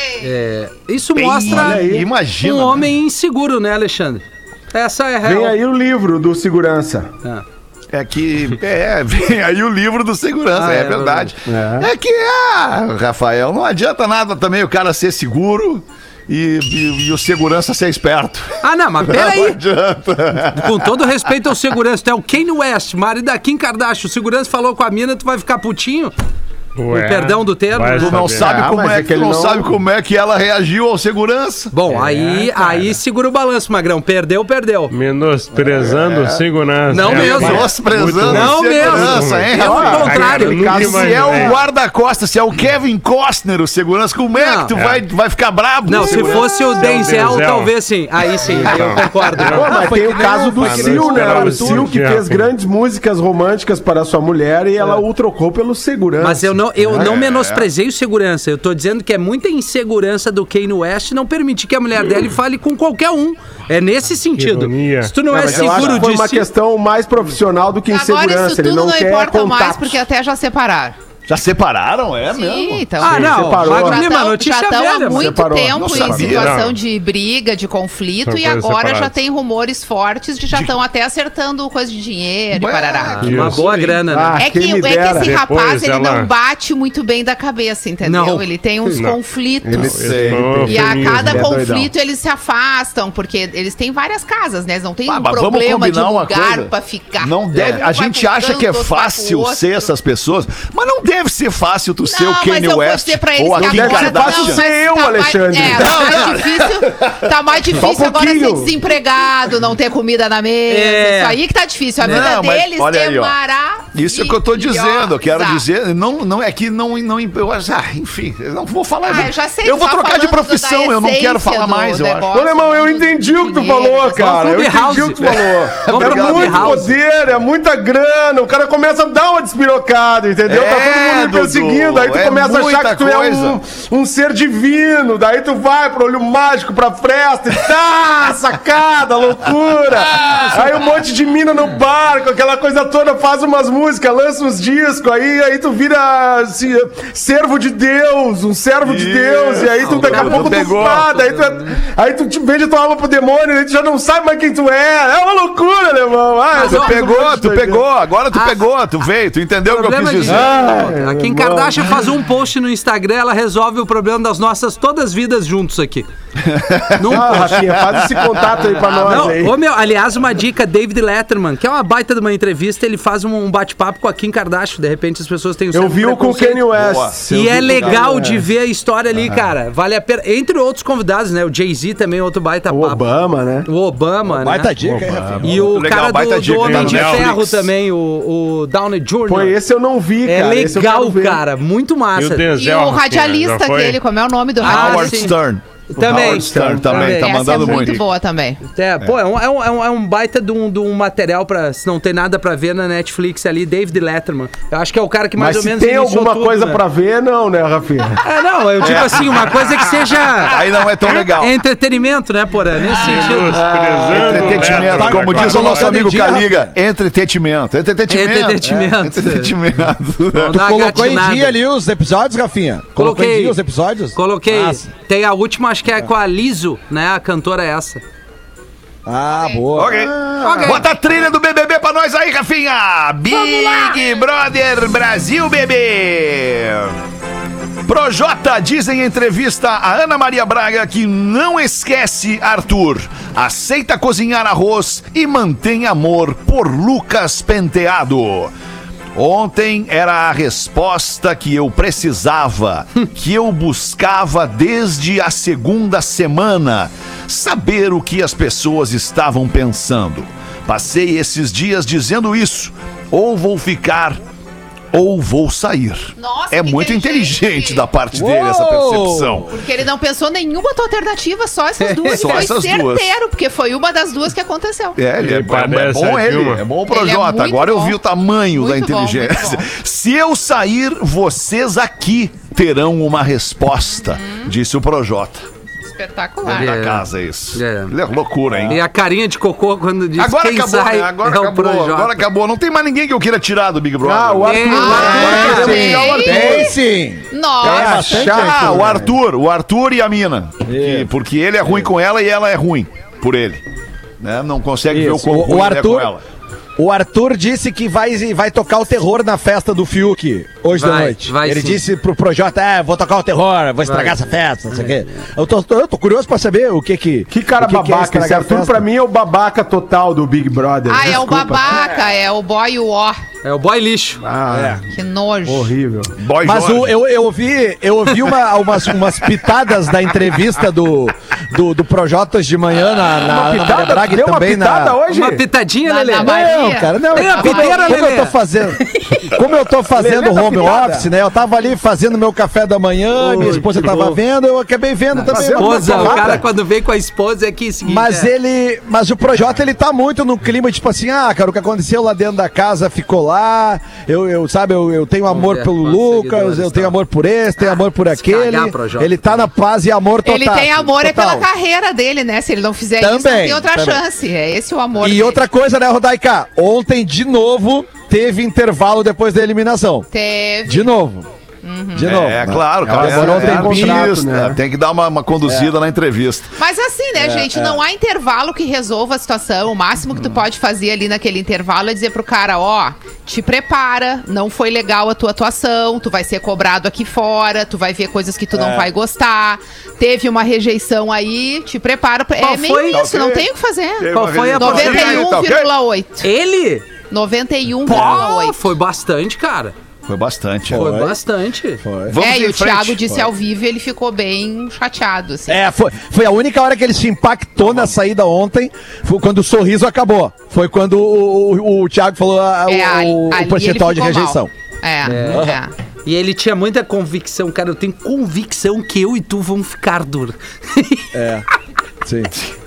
É, isso Bem, mostra olha aí, imagina, um né? homem inseguro, né, Alexandre? Essa é a real. Vem aí o livro do segurança. Ah. É que, é, vem aí o livro do segurança, Ah, é, é verdade. verdade. É. que, ah, Rafael, não adianta nada também o cara ser seguro e, e- e o segurança ser esperto. Ah, não, mas Não peraí. adianta. Com todo respeito ao segurança, tu é o Kanye West, marido da Kim Kardashian. O segurança falou com a mina, tu vai ficar putinho? Ué, Com perdão do termo. vai Tu não saber. sabe Ah, como mas é é que, que ele não não- sabe como é que ela reagiu ao segurança. Bom, aí, aí segura o balanço, Magrão. Perdeu, perdeu. Menosprezando o segurança. Não É, mesmo. é Menosprezando Não o segurança, mesmo. hein, É o Rafael? contrário. Cara, eu nunca Se é imaginei. o guarda-costas, se é o Kevin Costner, o segurança, como é Não. que tu vai, vai ficar brabo? Não, com se segurança? fosse o Denzel, Denzel. talvez sim. Aí sim, aí eu concordo. Pô, mas tem o caso do Ah, não Sil, né? esperava O esse Sil que tempo. fez grandes músicas românticas para sua mulher e ela o trocou pelo segurança. Mas eu não, eu É. não menosprezei o segurança. Eu tô dizendo que é muita insegurança do Kanye West não permitir que a mulher dele fale com qualquer um. É nesse sentido. ironia. Se tu não, Não, é mas eu acho seguro que foi de uma si... questão mais profissional do que Agora insegurança. isso Ele tudo não, não, quer importa mais, contatos. porque até já separaram. Já separaram? É mesmo? Sim, então. Ah, não, separou. Magro Já Lima, tão- notícia já estão velha, há mano. muito Separou. tempo Não em sabia. situação Não. de briga, de conflito, São e coisas agora já separadas. tem rumores fortes de já estão até acertando coisa de dinheiro, Ué, e parará. que Uma Isso. boa grana, né? Ah, É que, quem me é que dera. esse rapaz, Depois ele ela- não bate muito bem da cabeça, entendeu? Não. Ele tem uns Não. conflitos. Ele- Sei. Foi um E a eufemismo. cada é conflito doidão. eles se afastam, porque eles têm várias casas, né? Eles não tem Ah, um mas vamos problema de combinar uma lugar coisa. pra ficar. Não deve, Um a vai gente pro acha que é canto, outro vai pro fácil outro. ser essas pessoas, mas não deve ser fácil tu ser o Não, mas Kanye eu vou West dizer pra eles ou a que Kim agora agora tá fácil Kardashian. ser eu, tá mais- Alexandre. É, tá mais difícil, tá mais difícil um agora ser pouquinho. desempregado, não ter comida na mesa. É. Isso aí que tá difícil. A vida Não, mas deles olha é aí, ó. maravilhosa. Isso é o que eu tô dizendo, eu quero dizer, não, não é que não, não eu acho, ah, enfim, eu não vou falar. Ah, eu já sei, eu vou tá trocar de falando profissão, da eu não quero essência falar do mais, eu acho. negócio. Ô, Alemão, eu entendi o que tu Dinheiro, falou, né? cara. Eu Clube entendi House. o que tu falou. Vamos É pro Clube muito House. poder, é muita grana. O cara começa a dar uma despirocada, entendeu? tá todo É, mundo me perseguindo. Dudu, Aí tu é começa a achar muita que tu é um, um ser divino. Daí tu vai pro olho mágico, pra fresta e tá, sacada, loucura. Aí um monte de mina no barco, aquela coisa toda, faz umas músicas, lança uns discos. Aí, aí tu vira assim, servo de Deus, um servo de Deus. E aí tu daqui a Tu pouco tu pegou. fada, aí tu, é- aí tu te vende tua alma pro demônio, aí tu já não sabe mais quem tu é. É uma loucura, meu irmão. Ah, Tu eu pegou, tô tu doido. pegou, agora tu Ah, pegou, tu veio, tu entendeu o que eu problema quis de- dizer. Ah, O né? A Kim Kardashian faz um post no Instagram, ela resolve o problema das nossas todas as vidas juntos aqui. Num Ah, post. Rafinha, faz esse contato aí pra nós Não, aí. ô, meu, aliás, uma dica, David Letterman, que é uma baita de uma entrevista, ele faz um, um bate-papo com a Kim Kardashian, de repente as pessoas têm o Eu certo vi o com o preconceito. Kanye West. Boa. Eu E vi é com o legal Kanye de West. ver a história ali, cara. Vale a pena. Entre outros convidados, né? O Jay-Z também, outro baita O papo. Obama, né? O Obama, Baita né? dica, hein, Rafinha? E o Legal, cara baita do, dica, do Homem hein, de Netflix. Ferro também, o, o Downey júnior Pô, esse eu não vi, É cara. Esse eu legal, quero ver. cara. Muito E o massa. E Denzel, o Rafinha, radialista já foi? aquele, como é o nome do Ah, radialista? Howard sim. Stern. Também. Howard Stern também, Também. tá Essa mandando é muito, muito. boa também. É, pô, é um, é, um, é um- é um baita de um, de um material pra, se não tem nada pra ver na Netflix ali, David Letterman. Eu acho que é o cara que mais Mas ou se menos tem iniciou alguma tudo, coisa né? pra ver, não, né, Rafinha? É, não, eu digo assim, uma coisa que seja Aí não é tão legal. é entretenimento, né, Porã? Nesse sentido. Desprezando Entretenimento, o como Beto diz o agora. nosso amigo Dia, Caliga. Entretenimento. Entretenimento. Entretenimento. É, entretenimento. Vamos dar uma Colocou em gatinada. dia ali os episódios, Rafinha? Colocou Coloquei. em dia os episódios? Coloquei. Massa. Tem a última, acho que é com a Liso, né? A cantora é essa. Ah, boa. Ok. Ok. Bota a trilha do B B B pra nós aí, Rafinha. Big Brother Brasil, bebê. Projota diz em entrevista a Ana Maria Braga que não esquece Arthur. Aceita cozinhar arroz e mantém amor por Lucas Penteado. Ontem era a resposta que eu precisava, que eu buscava desde a segunda semana. Saber o que as pessoas estavam pensando. Passei esses dias dizendo isso. Ou vou ficar, ou vou sair. Nossa, é que muito inteligente. inteligente da parte dele essa Uou! percepção. Porque ele não pensou nenhuma outra alternativa, só essas duas. Só Foi essas certeiro, duas. porque foi uma das duas que aconteceu. É, ele é, Ele bom, é parece bom a ele, Dilma. é bom o Ele é Projota. muito Agora eu bom. vi o tamanho da Muito bom, inteligência. muito bom. Se eu sair, vocês aqui terão uma resposta, Hum. disse o Projota. Espetacular. Da É. casa, isso. É. Ele é loucura, hein? E a carinha de cocô quando diz Agora quem acabou, sai né? Agora é o acabou, Projota. agora acabou. Não tem mais ninguém que eu queira tirar do Big Brother. Ah, o Arthur. É. o Arthur, Ah, queremos sim. tirar o Arthur. Tem sim. Nossa. bastante Ah, Arthur, o né? Arthur, o Arthur e a mina. Que- porque ele é ruim com ela e ela é ruim por ele. Né? Não consegue ver o Isso. quão O- ruim o ele é Arthur- com ela. O Arthur disse que vai, vai tocar o terror na festa do Fiuk hoje Vai, da noite. vai Ele sim. disse pro Projota, é, vou tocar o terror, vou estragar Vai. essa festa, não sei o quê. Eu tô, tô- eu tô curioso pra saber o que que... Que cara o que que é babaca. Esse estragar a Arthur, festa. pra mim, é o babaca total do Big Brother. Ah, é o Desculpa. babaca, é o boy ó. É o boy lixo. Ah, Que nojo. horrível. Boy Mas Jorge. o, eu, eu ouvi, eu ouvi uma- umas, umas pitadas da entrevista do, do, do Projotas de manhã na, na Uma Ana pitada? Maria Braga e Deu uma também pitada na... hoje? Uma pitadinha, Na- Lelê. na Não, Bahia. cara, não. Tem a como, piteira, eu, como eu Lelê. tô fazendo, como eu tô fazendo Lelê da home pitada. office, né? Eu tava ali fazendo meu café da manhã, minha esposa que tava bom. vendo, eu acabei vendo também. fazendo uma Esposa, o porrada. cara quando vem com a esposa é que é o seguinte. Mas é, ele, mas o Projota ele tá muito no clima tipo assim, ah, cara, o que aconteceu lá dentro da casa ficou lá. Eu, eu sabe, eu, eu tenho amor ver pelo quantos Lucas, seguidores eu tenho tá. amor por esse, tenho amor por se cagar, aquele. Projota. Ele tá na paz e amor total. Ele tem amor é total. pela carreira dele, né? Se ele não fizer isso, não Também, tem outra também. chance. É esse o amor E dele. outra coisa, né, Rodaica? Ontem de novo teve intervalo depois da eliminação. Teve. De novo. De novo. É, né? claro, cara. demorou é, um tempo artista, contrato, né? Tem que dar uma, uma conduzida na entrevista. Mas assim, né, gente? Não há intervalo que resolva a situação. O máximo que tu pode fazer ali naquele intervalo é dizer pro cara, ó, te prepara, não foi legal a tua atuação, tu vai ser cobrado aqui fora, tu vai ver coisas que tu não vai gostar, teve uma rejeição aí, te prepara. Pra... Qual É meio foi? isso, não tem o que fazer. Qual foi a noventa e um Tá ok? vírgula oito. Ele? noventa e um vírgula Pô, oito. foi bastante, cara. Foi bastante. Foi, Foi. bastante. Foi. Vamos É, e em o frente. Thiago disse ao vivo e ele ficou bem chateado, assim. É, foi, foi a única hora que ele se impactou na saída ontem, foi quando o sorriso acabou. Foi quando o, o, o Thiago falou a- o, É, ali- o ali percentual ele de ficou rejeição. mal. É, é. E ele tinha muita convicção, cara. Eu tenho convicção que eu e tu vamos ficar duro. É. Sim.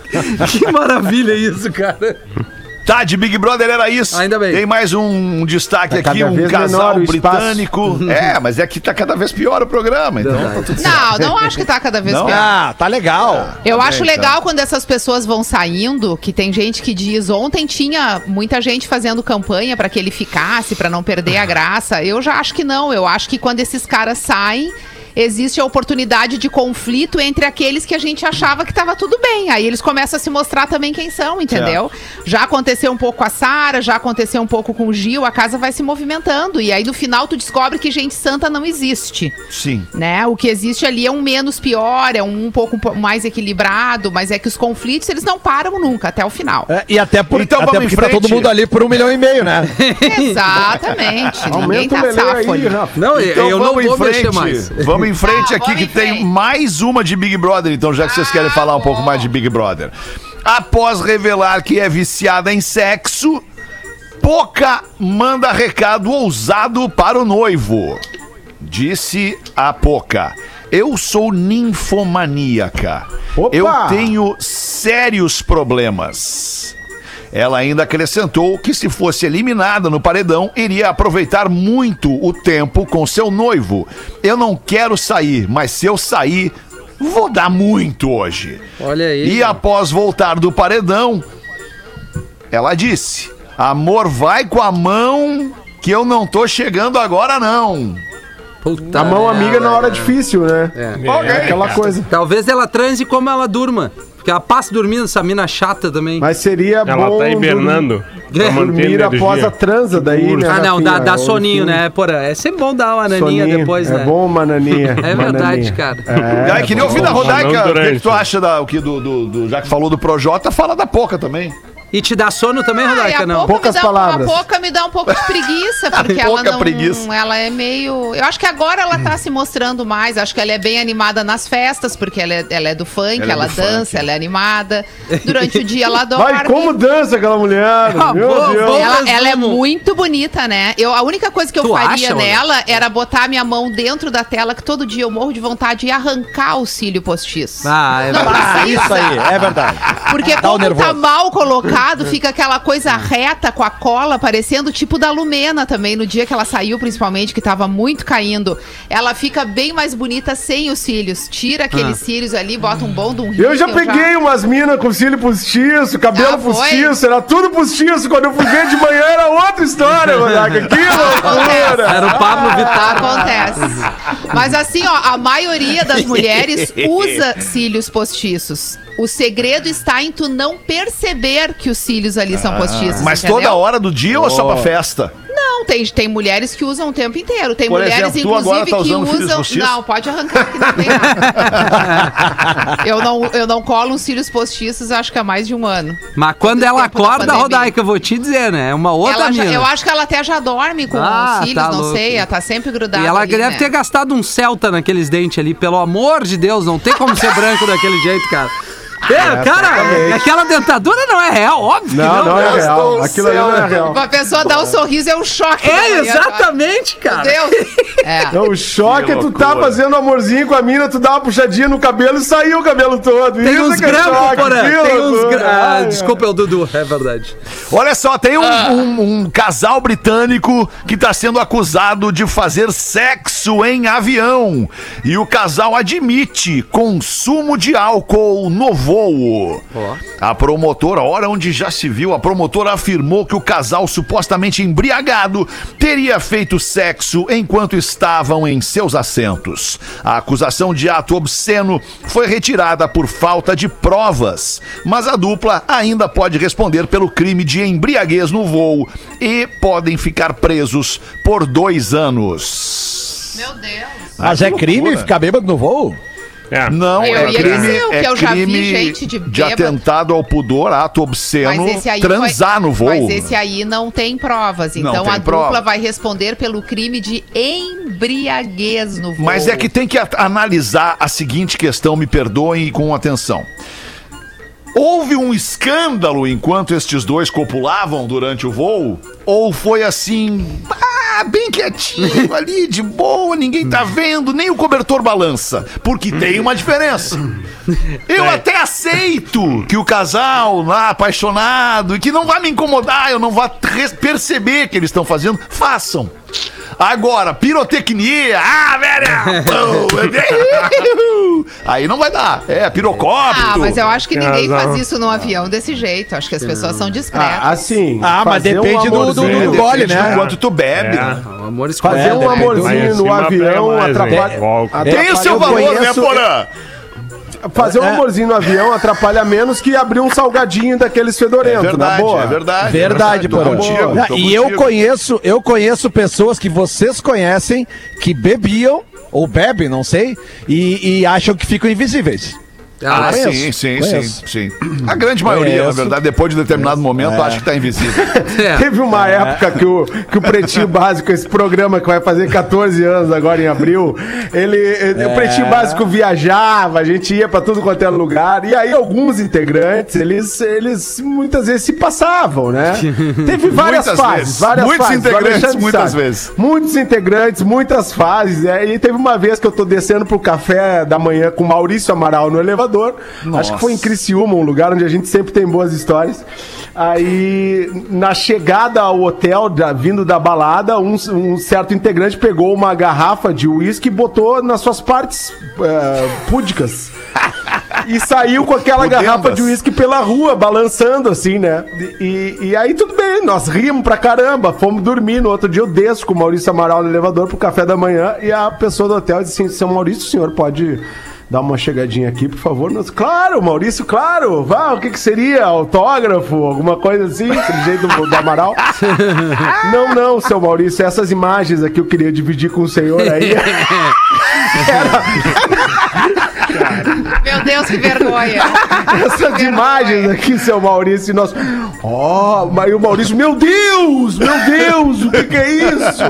Que maravilha isso, cara. Tá, de Big Brother era isso. Ainda bem. Tem mais um destaque Tá aqui, cada um vez casal menor o espaço. britânico. É, mas é que tá cada vez pior o programa, então tá tudo certo. Não, não acho que tá cada vez Não? pior. Ah, tá legal. Eu Tá acho bem, legal então. quando essas pessoas vão saindo, que tem gente que diz, ontem tinha muita gente fazendo campanha pra que ele ficasse, pra não perder a graça. Eu já acho que não, eu acho que quando esses caras saem, existe a oportunidade de conflito entre aqueles que a gente achava que tava tudo bem. Aí eles começam a se mostrar também quem são, entendeu? Certo. Já aconteceu um pouco com a Sara, já aconteceu um pouco com o Gil, a casa vai se movimentando. E aí no final tu descobre que gente santa não existe. Sim. Né? O que existe ali é um menos pior, é um, um pouco mais equilibrado, mas é que os conflitos, eles não param nunca, até o final. É, e até, por, então, até porque tá todo mundo ali por um milhão e meio, né? Exatamente. Ninguém tá safo ali. Não, então, eu não vou frente, mexer mais. Vamos em frente ah, aqui que tem frente. mais uma de Big Brother, então já que vocês querem ah, falar um bom. pouco mais de Big Brother. Após revelar que é viciada em sexo, Poca manda recado ousado para o noivo. Disse a Poca: eu sou ninfomaníaca. Opa! Eu tenho sérios problemas. Ela ainda acrescentou que se fosse eliminada no paredão, iria aproveitar muito o tempo com seu noivo. Eu não quero sair, mas se eu sair, vou dar muito hoje. Olha aí. E após voltar do paredão, ela disse: amor, vai com a mão que eu não tô chegando agora não. Puta A mão merda. amiga na hora difícil, né? É. É aquela coisa. Talvez ela transe como ela durma. Porque ela passa dormindo, essa mina chata também. Mas seria Ela bom tá hibernando. É. Pra manter dormir energia. após a transa daí, né? Ah, não, Rafinha? dá, dá Ou soninho, enfim, né? Porra, é sempre bom dar uma naninha soninho. depois, né? É bom uma naninha. É uma verdade, naninha. cara. É, Já queria ouvir da Não Rodaica, o que, que durante. tu acha da, o que do, do, do- já que falou do Projota, fala da Poca também. E te dá sono também, Ai, Rodaica, a não? Poca Poucas me dá, palavras. A Poca me dá um pouco de preguiça, porque ela Pouca não... preguiça. Ela é meio... Eu acho que agora ela tá se mostrando mais. Acho que ela é bem animada nas festas, porque ela é, ela é do funk, Ela é ela, do dança, funk. ela é animada. Durante o dia ela dorme. Vai, como dança aquela mulher? Ah, Meu boa, Deus. boa. Ela, ela é resumo. muito bonita, né? Eu, a única coisa que eu Tu faria acha, olha? nela era botar minha mão dentro da tela, que todo dia eu morro de vontade de arrancar o cílio postiço. Ah, é Não verdade. Ah, precisa. isso aí, é verdade. Porque Dá o como tá nervoso. mal colocado, fica aquela coisa reta com a cola, parecendo tipo da Lumena também, no dia que ela saiu, principalmente, que tava muito caindo. Ela fica bem mais bonita sem os cílios. Tira aqueles Ah. cílios ali, bota um bom de um Eu já rímel, peguei umas minas com cílio postiço, cabelo Ah, foi? postiço, era tudo postiço. Quando eu fui ver de manhã era outra história, Rodaica. Que loucura! Era o Pablo Vittar. Acontece. Mas assim, ó, a maioria das mulheres usa cílios postiços. O segredo está em tu não perceber que os cílios ali são postiços. Mas entendeu? toda hora do dia ou só pra festa? Não, tem, tem mulheres que usam o tempo inteiro. Tem Por mulheres, exemplo, tu agora inclusive, tá que usando cílios usam. postiços? Não, pode arrancar que não tem nada. eu, não, eu não colo os cílios postiços, acho que há mais de um ano. Mas quando ela tempo da acorda, pandemia. Rodaica, eu vou te dizer, né? É uma outra Ela já- mina. eu acho que ela até já dorme com Ah, os cílios, tá não louco. sei. Ela tá sempre grudada. E ela ali, deve né? ter gastado um Celta naqueles dentes ali, pelo amor de Deus, não tem como ser branco daquele jeito, cara. É, cara, aquela dentadura não é real, óbvio Não, que não. não é Deus real. do Aquilo ali céu. não é real. Uma pessoa dar um sorriso é um choque. É, né? exatamente, Meu cara. Deus. É. Não, o choque Que é tu tá loucura. fazendo amorzinho com a mina, tu dá uma puxadinha no cabelo e saiu o cabelo todo. Tem Isso uns que é grampos, choque, porra. que Tem uns loucura. gra... Ah, Ai, desculpa, é o Dudu, é verdade. Olha só, tem um, um- um casal britânico que está sendo acusado de fazer sexo em avião. E o casal admite consumo de álcool no voo. A promotora, hora onde já se viu, a promotora afirmou que o casal supostamente embriagado teria feito sexo enquanto estavam em seus assentos. A acusação de ato obsceno foi retirada por falta de provas, mas a dupla ainda pode responder pelo crime de embriaguez no voo e podem ficar presos por dois anos. Meu Deus. Mas que é crime loucura. ficar bêbado no voo? É. Não, Eu é ia crime, dizer o que é eu já vi crime gente de bêbado. atentado ao pudor, ato obsceno, Mas esse aí transar vai- no voo. Mas esse aí não tem provas. Não Então tem a dupla prova. vai responder pelo crime de embriaguez no voo. Mas é que tem que a- analisar a seguinte questão, me perdoem e com atenção. Houve um escândalo enquanto estes dois copulavam durante o voo? Ou foi assim, ah, bem quietinho ali, de boa, ninguém tá vendo, nem o cobertor balança? Porque tem uma diferença. Eu até aceito que o casal lá, apaixonado, e que não vai me incomodar, eu não vou res- perceber que eles estão fazendo, façam. Agora, pirotecnia, ah, velho! Pum, aí não vai dar. É, pirocóptero. Ah, mas eu acho que Tem ninguém razão. faz isso num avião desse jeito. Acho que as pessoas são discretas. Ah, assim. Ah, mas fazer um depende do- do- amorzinho. do gole, Depende né? do quanto tu bebe. É. né? O amor Fazer escondido. um é- amorzinho no avião atrapalha. Tem o seu eu valor, né, conheço- Porã? Fazer um amorzinho no avião atrapalha menos que abrir um salgadinho daqueles É fedorentos, na verdade, boa. é verdade. Verdade, Tô Porã. contigo, Não, tô E eu contigo. conheço, eu conheço pessoas que vocês conhecem que bebiam, ou bebem, não sei, e, e acham que ficam invisíveis. Ah, Conheço, sim, sim, conheço. sim, sim. A grande maioria, Conheço. na verdade, depois de determinado momento, acha que tá invisível. É. Teve uma época que o, que o Pretinho Básico, esse programa que vai fazer catorze anos agora em abril, ele, ele- o Pretinho Básico viajava, a gente ia pra tudo quanto é lugar, e aí alguns integrantes, eles, eles muitas vezes se passavam, né? Teve várias Muitas fases, vezes. várias Muitos fases. integrantes, O Alexandre muitas sabe. vezes. Muitos integrantes, muitas fases, né? E teve uma vez que eu tô descendo pro café da manhã com o Maurício Amaral no elevador, acho que foi em Criciúma, um lugar onde a gente sempre tem boas histórias. Aí, na chegada ao hotel, da- vindo da balada, um, um certo integrante pegou uma garrafa de uísque e botou nas suas partes eh, púdicas. E saiu com aquela Pudendas. garrafa de uísque pela rua, balançando assim, né? E, e aí tudo bem, nós rimos pra caramba, fomos dormir. No outro dia eu desço com o Maurício Amaral no elevador pro café da manhã e a pessoa do hotel disse assim, seu Maurício, o senhor pode dar uma chegadinha aqui, por favor? Nós, claro, Maurício, claro. Vá, o que que seria? Autógrafo? Alguma coisa assim? Aquele jeito do, do Amaral? Não, não, seu Maurício, essas imagens aqui eu queria dividir com o senhor aí. Meu Deus, que vergonha. Essas imagens aqui, seu Maurício, e nós. Ó, oh, e o Maurício, meu Deus! Meu Deus! O que, que é isso?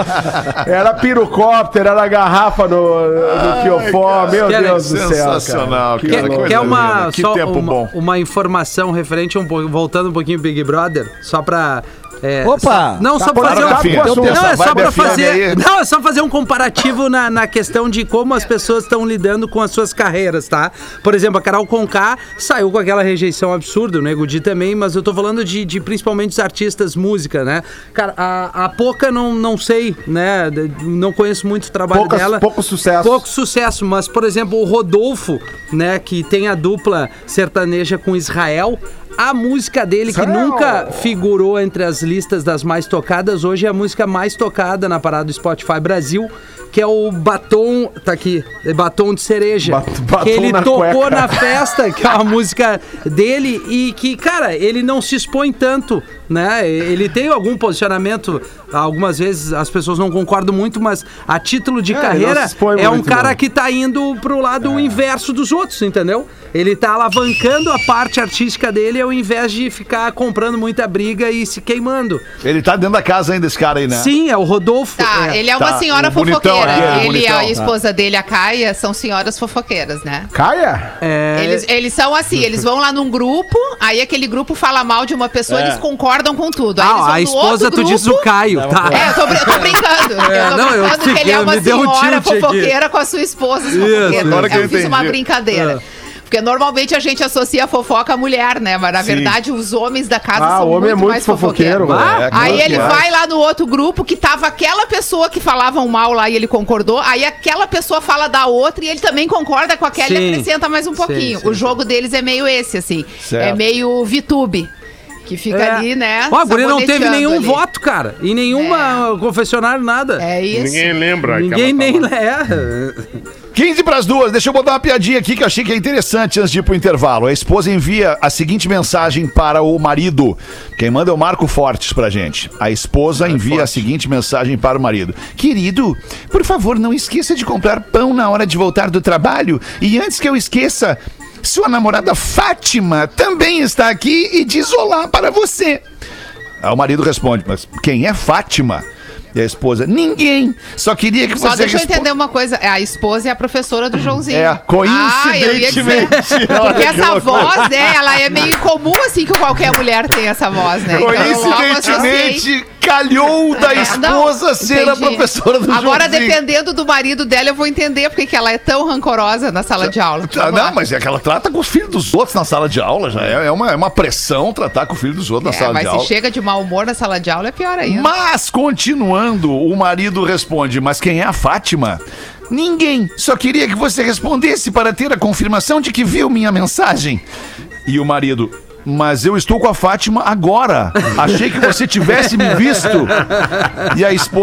Era pirocóptero, era garrafa no, no fiofó, meu que Deus do céu. Sensacional, Que cara. Quer, coisa quer uma, linda. Que só tempo uma, bom. uma informação referente, um pouco, voltando um pouquinho Big Brother, só pra... é, Opa! só- não, Tá só pra fazer um, Rafinha. não, Então, é só vai, pra Befinha, fazer, aí. não, é só fazer um comparativo na, na questão de como as pessoas estão lidando com as suas carreiras, tá? Por exemplo, a Carol Conká saiu com aquela rejeição absurda, o Nego Di também, mas eu tô falando de, de principalmente os artistas música, né? Cara, a, a Poca não, não sei, né? De- Não conheço muito o trabalho Poucas- dela. pouco sucesso. Pouco sucesso, mas, por exemplo, o Rodolfo, né, que tem a dupla sertaneja com Israel, a música dele, que Israel. nunca figurou entre as listas das mais tocadas, hoje é a música mais tocada na parada do Spotify Brasil, que é o Batom, tá aqui, é Batom de Cereja, Bat- Batom que ele na tocou cueca. na festa, que é uma música dele, e que, cara, ele não se expõe tanto, né? Ele tem algum posicionamento, algumas vezes as pessoas não concordam muito, mas a título de É, carreira não se expõe é um muito, cara não. que tá indo pro lado inverso dos outros, entendeu? Ele tá alavancando a parte artística dele ao invés de ficar comprando muita briga e se queimando. Ele tá dentro da casa ainda, esse cara aí, né? Sim, é o Rodolfo. Tá, é. ele é uma Tá, senhora o bonitão fofoqueira. aquele, Ele e bonitão. a esposa dele, a Caia, são senhoras fofoqueiras, né? Caia? É, Eles, eles são assim, eles vão lá num grupo, aí aquele grupo fala mal de uma pessoa, eles concordam com tudo. Aí eles Ah, vão a no esposa, outro tu diz o grupo- Caio, tá? É, eu tô, brin- eu tô brincando. É, eu tô não, eu brincando que ele é fiquei- uma me deu um senhora tilt aqui. fofoqueira com a sua esposa fofoqueira. agora que eu eu fiz uma entendi. brincadeira. Porque normalmente a gente associa a fofoca à mulher, né? Mas na Sim. verdade os homens da casa Ah, são o homem é muito muito mais fofoqueiro, fofoqueiros. velho. É, claro Aí que ele é. vai lá no outro grupo que tava aquela pessoa que falavam mal lá e ele concordou. Aí aquela pessoa fala da outra e ele também concorda com aquela Sim. e acrescenta mais um pouquinho. Sim, sim, o jogo deles é meio esse, assim. Certo. É meio VTube. Que fica É. ali, né? Ó, a guria não teve saboneteando nenhum ali. voto, cara. Em nenhuma confessionário, nada. É isso. Ninguém lembra. que Ninguém ela nem tava- é. quinze pras duas, deixa eu botar uma piadinha aqui que eu achei que é interessante antes de ir pro intervalo. A esposa envia a seguinte mensagem para o marido. Quem manda é o Marco Fortes pra gente. A esposa envia a seguinte mensagem para o marido. Querido, por favor, não esqueça de comprar pão na hora de voltar do trabalho. E antes que eu esqueça, sua namorada Fátima também está aqui e diz olá para você. Aí o marido responde, mas quem é Fátima? E a esposa, ninguém. Só queria que Só você deixa eu respo- entender uma coisa. A esposa é a professora do Joãozinho. É, Ah, eu ia dizer. coincidentemente. Olha Porque que essa loucura. voz, né, ela é meio incomum, assim, que qualquer mulher tem essa voz, né? Então, eu logo associei. Coincidentemente, calhou da É, esposa não, ser a entendi. professora do Agora, Joãozinho. dependendo do marido dela, eu vou entender porque que ela é tão rancorosa na sala de aula. Tá, Vamos lá. não, mas é que ela trata com os filhos dos outros na sala de aula, já é, é uma, é uma pressão tratar com o filho dos outros na É, sala mas de se aula. chega de mau humor na sala de aula, é pior ainda. Mas, continuando, o marido responde, mas quem é a Fátima? Ninguém, só queria que você respondesse para ter a confirmação de que viu minha mensagem. E o marido, mas eu estou com a Fátima agora. Achei que você tivesse me visto. E a esposa, o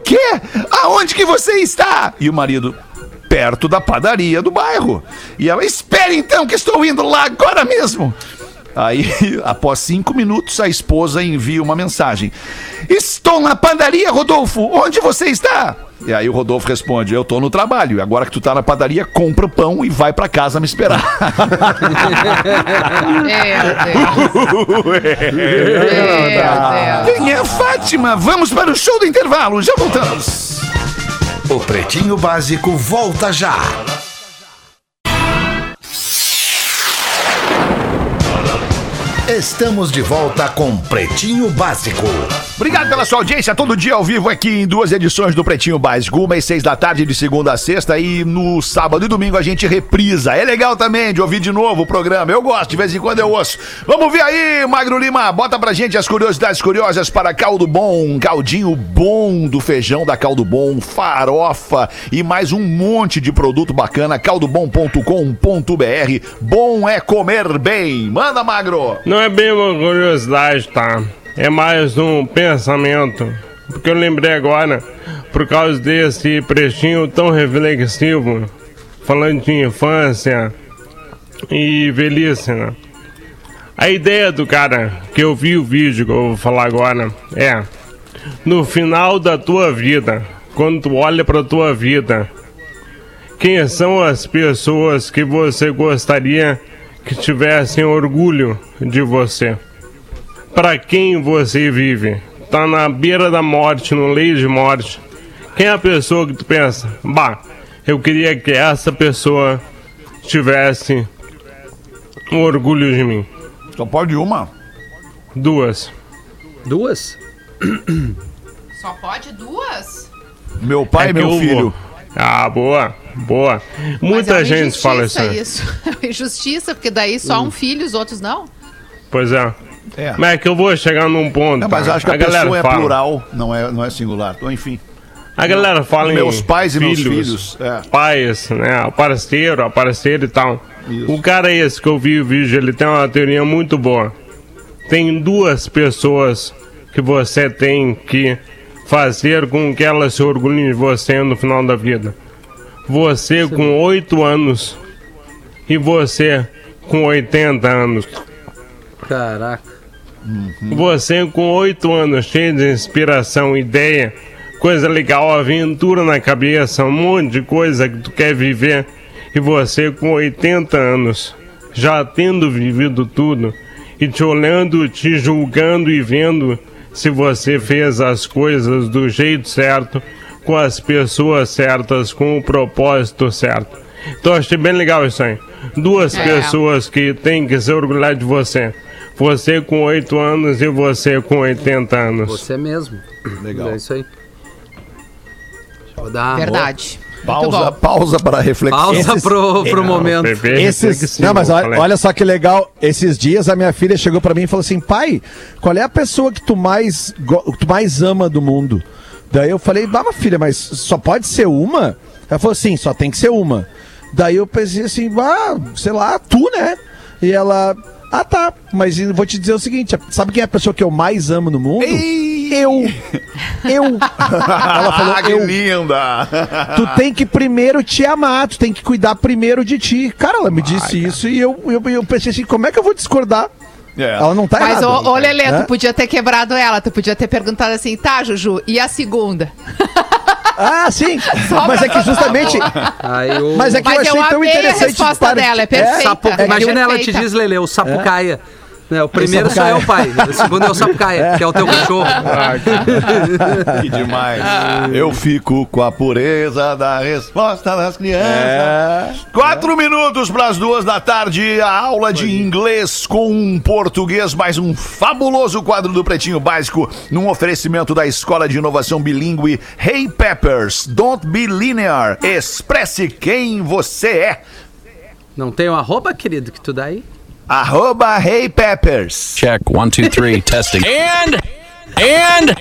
quê? Aonde que você está? E o marido, perto da padaria do bairro. E ela, espere então que estou indo lá agora mesmo. Aí, após cinco minutos, a esposa envia uma mensagem. Estou na padaria, Rodolfo. Onde você está? E aí o Rodolfo responde, eu tô no trabalho. Agora que tu tá na padaria, compra pão e vai pra casa me esperar. Meu Deus. Meu Deus. Quem é Fátima? Vamos para o show do intervalo. Já voltamos. O Pretinho Básico volta já. Estamos de volta com Pretinho Básico. Obrigado pela sua audiência, todo dia ao vivo aqui em duas edições do Pretinho Básico, uma às seis da tarde de segunda a sexta e no sábado e domingo a gente reprisa. É legal também de ouvir de novo o programa, eu gosto, de vez em quando eu ouço. Vamos ver aí, Magro Lima, bota pra gente as curiosidades curiosas para Caldo Bom, caldinho bom do feijão da Caldo Bom, farofa e mais um monte de produto bacana, caldo bom ponto com ponto b r. Bom é comer bem. Manda, Magro! Não é bem uma curiosidade, tá? É mais um pensamento. Porque eu lembrei agora, por causa desse pretinho tão reflexivo, falando de infância e velhice, né? A ideia do cara, que eu vi o vídeo que eu vou falar agora, é: no final da tua vida, quando tu olha pra tua vida, quem são as pessoas que você gostaria que tivessem orgulho de você? Para quem você vive? Tá na beira da morte, no leito de morte. Quem é a pessoa que tu pensa? Bah, eu queria que essa pessoa tivesse um orgulho de mim. Só pode uma? Duas. Duas? Só pode duas? Meu pai É e meu que eu filho. vou. Ah, boa, boa. Mas Muita é uma gente fala isso. injustiça aí. isso. É uma injustiça, porque daí só um filho, os outros não. Pois é. É. Mas é que eu vou chegar num ponto. Não, mas tá? eu acho que a, galera pessoa é fala. plural, não é, não é singular. Então, enfim. A galera fala em Meus pais e filhos, meus filhos. É. Pais, né? O parceiro, a parceira e tal. Isso. O cara esse que eu vi o vídeo, ele tem uma teoria muito boa. Tem duas pessoas que você tem que fazer com que elas se orgulhem de você no final da vida. Você com oito anos e você com oitenta anos. Caraca. Você com oito anos, cheio de inspiração, ideia, coisa legal, aventura na cabeça, um monte de coisa que tu quer viver. E você com oitenta anos, já tendo vivido tudo, e te olhando, te julgando e vendo se você fez as coisas do jeito certo, com as pessoas certas, com o propósito certo. Então achei bem legal isso aí. Duas É. pessoas que têm que se orgulhar de você. Você com oito anos e você com oitenta anos. Você mesmo. Legal. É isso aí. Vou dar Verdade. Muito Pausa, bom. pausa para reflexão. pausa Esses- pro, pro momento. Bebê, Esses, reflexivo, não, mas olha, falei. olha só que legal. Esses dias a minha filha chegou pra mim e falou assim: pai, qual é a pessoa que tu mais, go- tu mais ama do mundo? Daí eu falei: bah, minha filha, mas só pode ser uma? Ela falou: sim, só tem que ser uma. Daí eu pensei assim: ah, sei lá, tu, né? E ela: ah, tá, mas eu vou te dizer o seguinte: sabe quem é a pessoa que eu mais amo no mundo? Eu. Eu. Ela falou: Ah, que eu. linda! Tu tem que primeiro te amar, tu tem que cuidar primeiro de ti. Cara, ela me disse isso e eu, eu, eu pensei assim: como é que eu vou discordar? É. Ela não tá Mas, errada. ô, ô Lelê, né? tu podia ter quebrado ela, tu podia ter perguntado assim, tá, Juju, e a segunda? Ah, sim. Mas é que justamente. Aí o... Mas é que Mas eu achei eu tão amei a interessante. resposta para- dela, é perfeita. Sapo... É que Imagina eu- ela te perfeita. diz, Lele, o sapucaia. Né, o primeiro só é sapucaia. o pai, o segundo é o sapucaia, que é o teu cachorro. Que demais. Eu fico com a pureza da resposta das crianças. É. Quatro minutos para as duas da tarde, a aula de inglês com português, mais um fabuloso quadro do Pretinho Básico, num oferecimento da Escola de Inovação Bilíngue Hey Peppers, Don't Be Linear, expresse quem você é. Não tem um arroba, querido, que tu dá aí? Arroba Hey Peppers. Check, one, two, three, testing. And, and,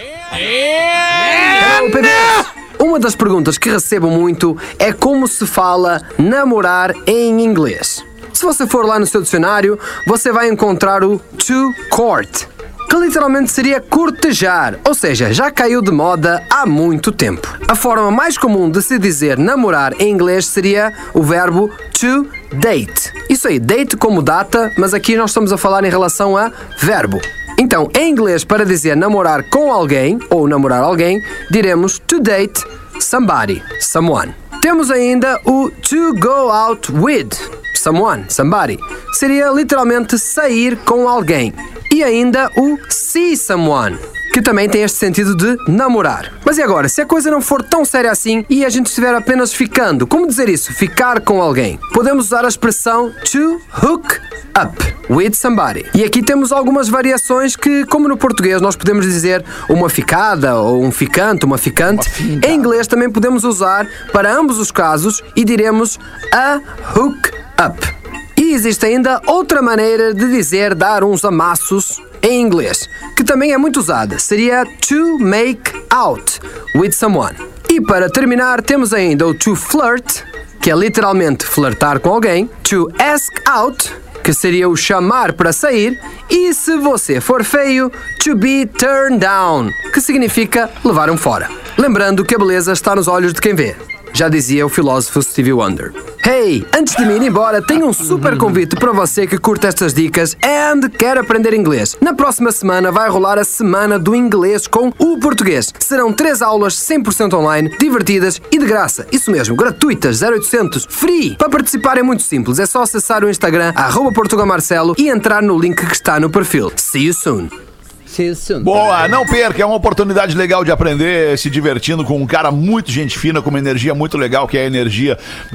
Ô, P B S, uma das perguntas que recebo muito é como se fala namorar em inglês. Se você for lá no seu dicionário, você vai encontrar o to court. que literalmente seria cortejar, ou seja, já caiu de moda há muito tempo. A forma mais comum de se dizer namorar em inglês seria o verbo to date. Isso aí, date como data, mas aqui nós estamos a falar em relação a verbo. Então, em inglês, para dizer namorar com alguém ou namorar alguém, diremos to date somebody, someone. Temos ainda o to go out with someone, somebody. Seria literalmente sair com alguém. E ainda o see someone, que também tem este sentido de namorar. Mas e agora, se a coisa não for tão séria assim e a gente estiver apenas ficando, como dizer isso? Ficar com alguém. Podemos usar a expressão to hook up with somebody. E aqui temos algumas variações que, como no português, nós podemos dizer uma ficada ou um ficante, uma ficante. Uma em inglês também podemos usar para ambos os casos e diremos a hook up. E existe ainda outra maneira de dizer dar uns amassos em inglês, que também é muito usada. Seria to make out with someone. E para terminar, temos ainda o to flirt, que é literalmente flertar com alguém. To ask out, que seria o chamar para sair. E se você for feio, to be turned down, que significa levar um fora. Lembrando que a beleza está nos olhos de quem vê. Já dizia o filósofo Stevie Wonder. Hey, antes de me ir embora, tenho um super convite para você que curte estas dicas and quer aprender inglês. Na próxima semana vai rolar a Semana do Inglês com o Português. Serão três aulas cem por cento online, divertidas e de graça. Isso mesmo, gratuitas, zero oitocentos, free. Para participar é muito simples, é só acessar o Instagram, arroba portugamarcelo, e entrar no link que está no perfil. See you soon. Boa, não perca, é uma oportunidade legal de aprender se divertindo com um cara muito gente fina, com uma energia muito legal, que é a energia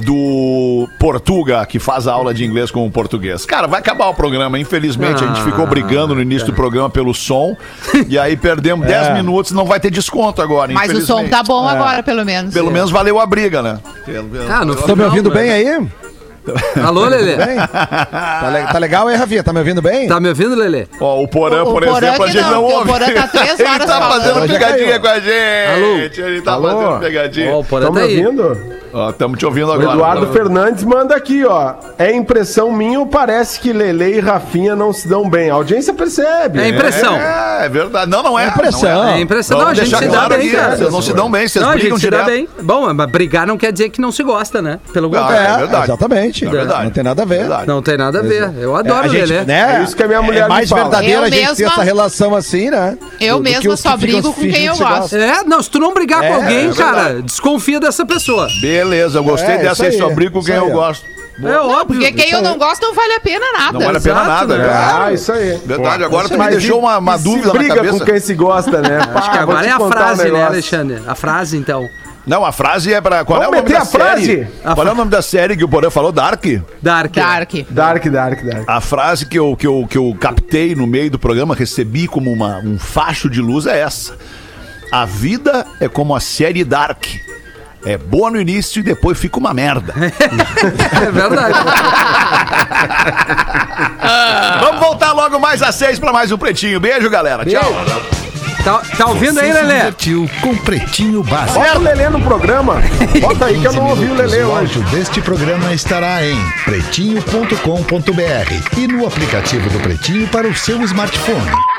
do Portuga, que faz a aula de inglês com o português. Cara, vai acabar o programa, infelizmente ah, a gente ficou brigando no início é. do programa pelo som, e aí perdemos dez é. minutos, não vai ter desconto agora, mas o som tá bom é. agora, pelo menos. Pelo é. menos valeu a briga, né? Ah, no Estão me ouvindo bem aí? Alô, Lelê? Tá, le- tá legal aí, Rafinha? Tá me ouvindo bem? Tá me ouvindo, Lelê? Ó, o Porã, o, por o Porã exemplo, a gente não, não ouve. O Porã tá três horas Ele tá falando. fazendo pegadinha com a gente. Alô? Ele tá Alô? fazendo pegadinha. Ó, o Porã Estão tá me aí. ouvindo? Ó, estamos te ouvindo O agora. Eduardo Fernandes manda aqui, ó. É impressão minha ou parece que Lelê e Rafinha não se dão bem? A audiência percebe. É impressão. É, é verdade. Não, não é. É impressão. Não é, É impressão. Não, a gente se dá bem, cara. Vocês não se dão bem, vocês Não, a brigam gente se dá direto. bem. Bom, mas brigar não quer dizer que não se gosta, né? Pelo Não, contrário. é verdade. Exatamente. É verdade. Não tem nada a ver. Verdade. Não tem nada a ver. Eu É, adoro a o gente, Lelê. né? É isso que a minha mulher É mais me fala. verdadeiro Eu a gente ter mesma- essa relação assim, né? Eu Do- do que mesma os só que ficam brigo com quem fingindo eu que se gosto. gostam. É, não, se tu não brigar É, com alguém, é cara, desconfia dessa pessoa. Beleza, eu gostei É, dessa isso aí, aí, só brigo com isso quem aí, eu ó. gosto. É óbvio. Porque quem eu não gosto não vale a pena nada. Não vale a pena Exato, nada, né? né? Ah, isso aí. Verdade, agora tu me Mas deixou e- uma, uma e se dúvida na briga cabeça. com quem se gosta, né? Acho que Pá, vou agora te é a contar um frase, né, negócio. Alexandre? A frase, então. Não, a frase é pra... Qual Vamos é o nome meter da a frase? série? Qual é o nome da série que o Porã falou? Dark? Dark. Dark. Dark, Dark, Dark. A frase que eu, que, eu, que eu captei no meio do programa, recebi como uma, um facho de luz é essa. A vida é como a série Dark. É boa no início e depois fica uma merda. É verdade. Vamos voltar logo mais às seis pra mais um Pretinho. Beijo, galera. Tchau. Tá, tá ouvindo aí, Você se Lelê? divertiu com Pretinho Básico. Bota o Lelê no programa. Bota aí que eu não ouvi o Lelê O hoje. áudio deste programa estará em pretinho ponto com ponto br e no aplicativo do Pretinho para o seu smartphone.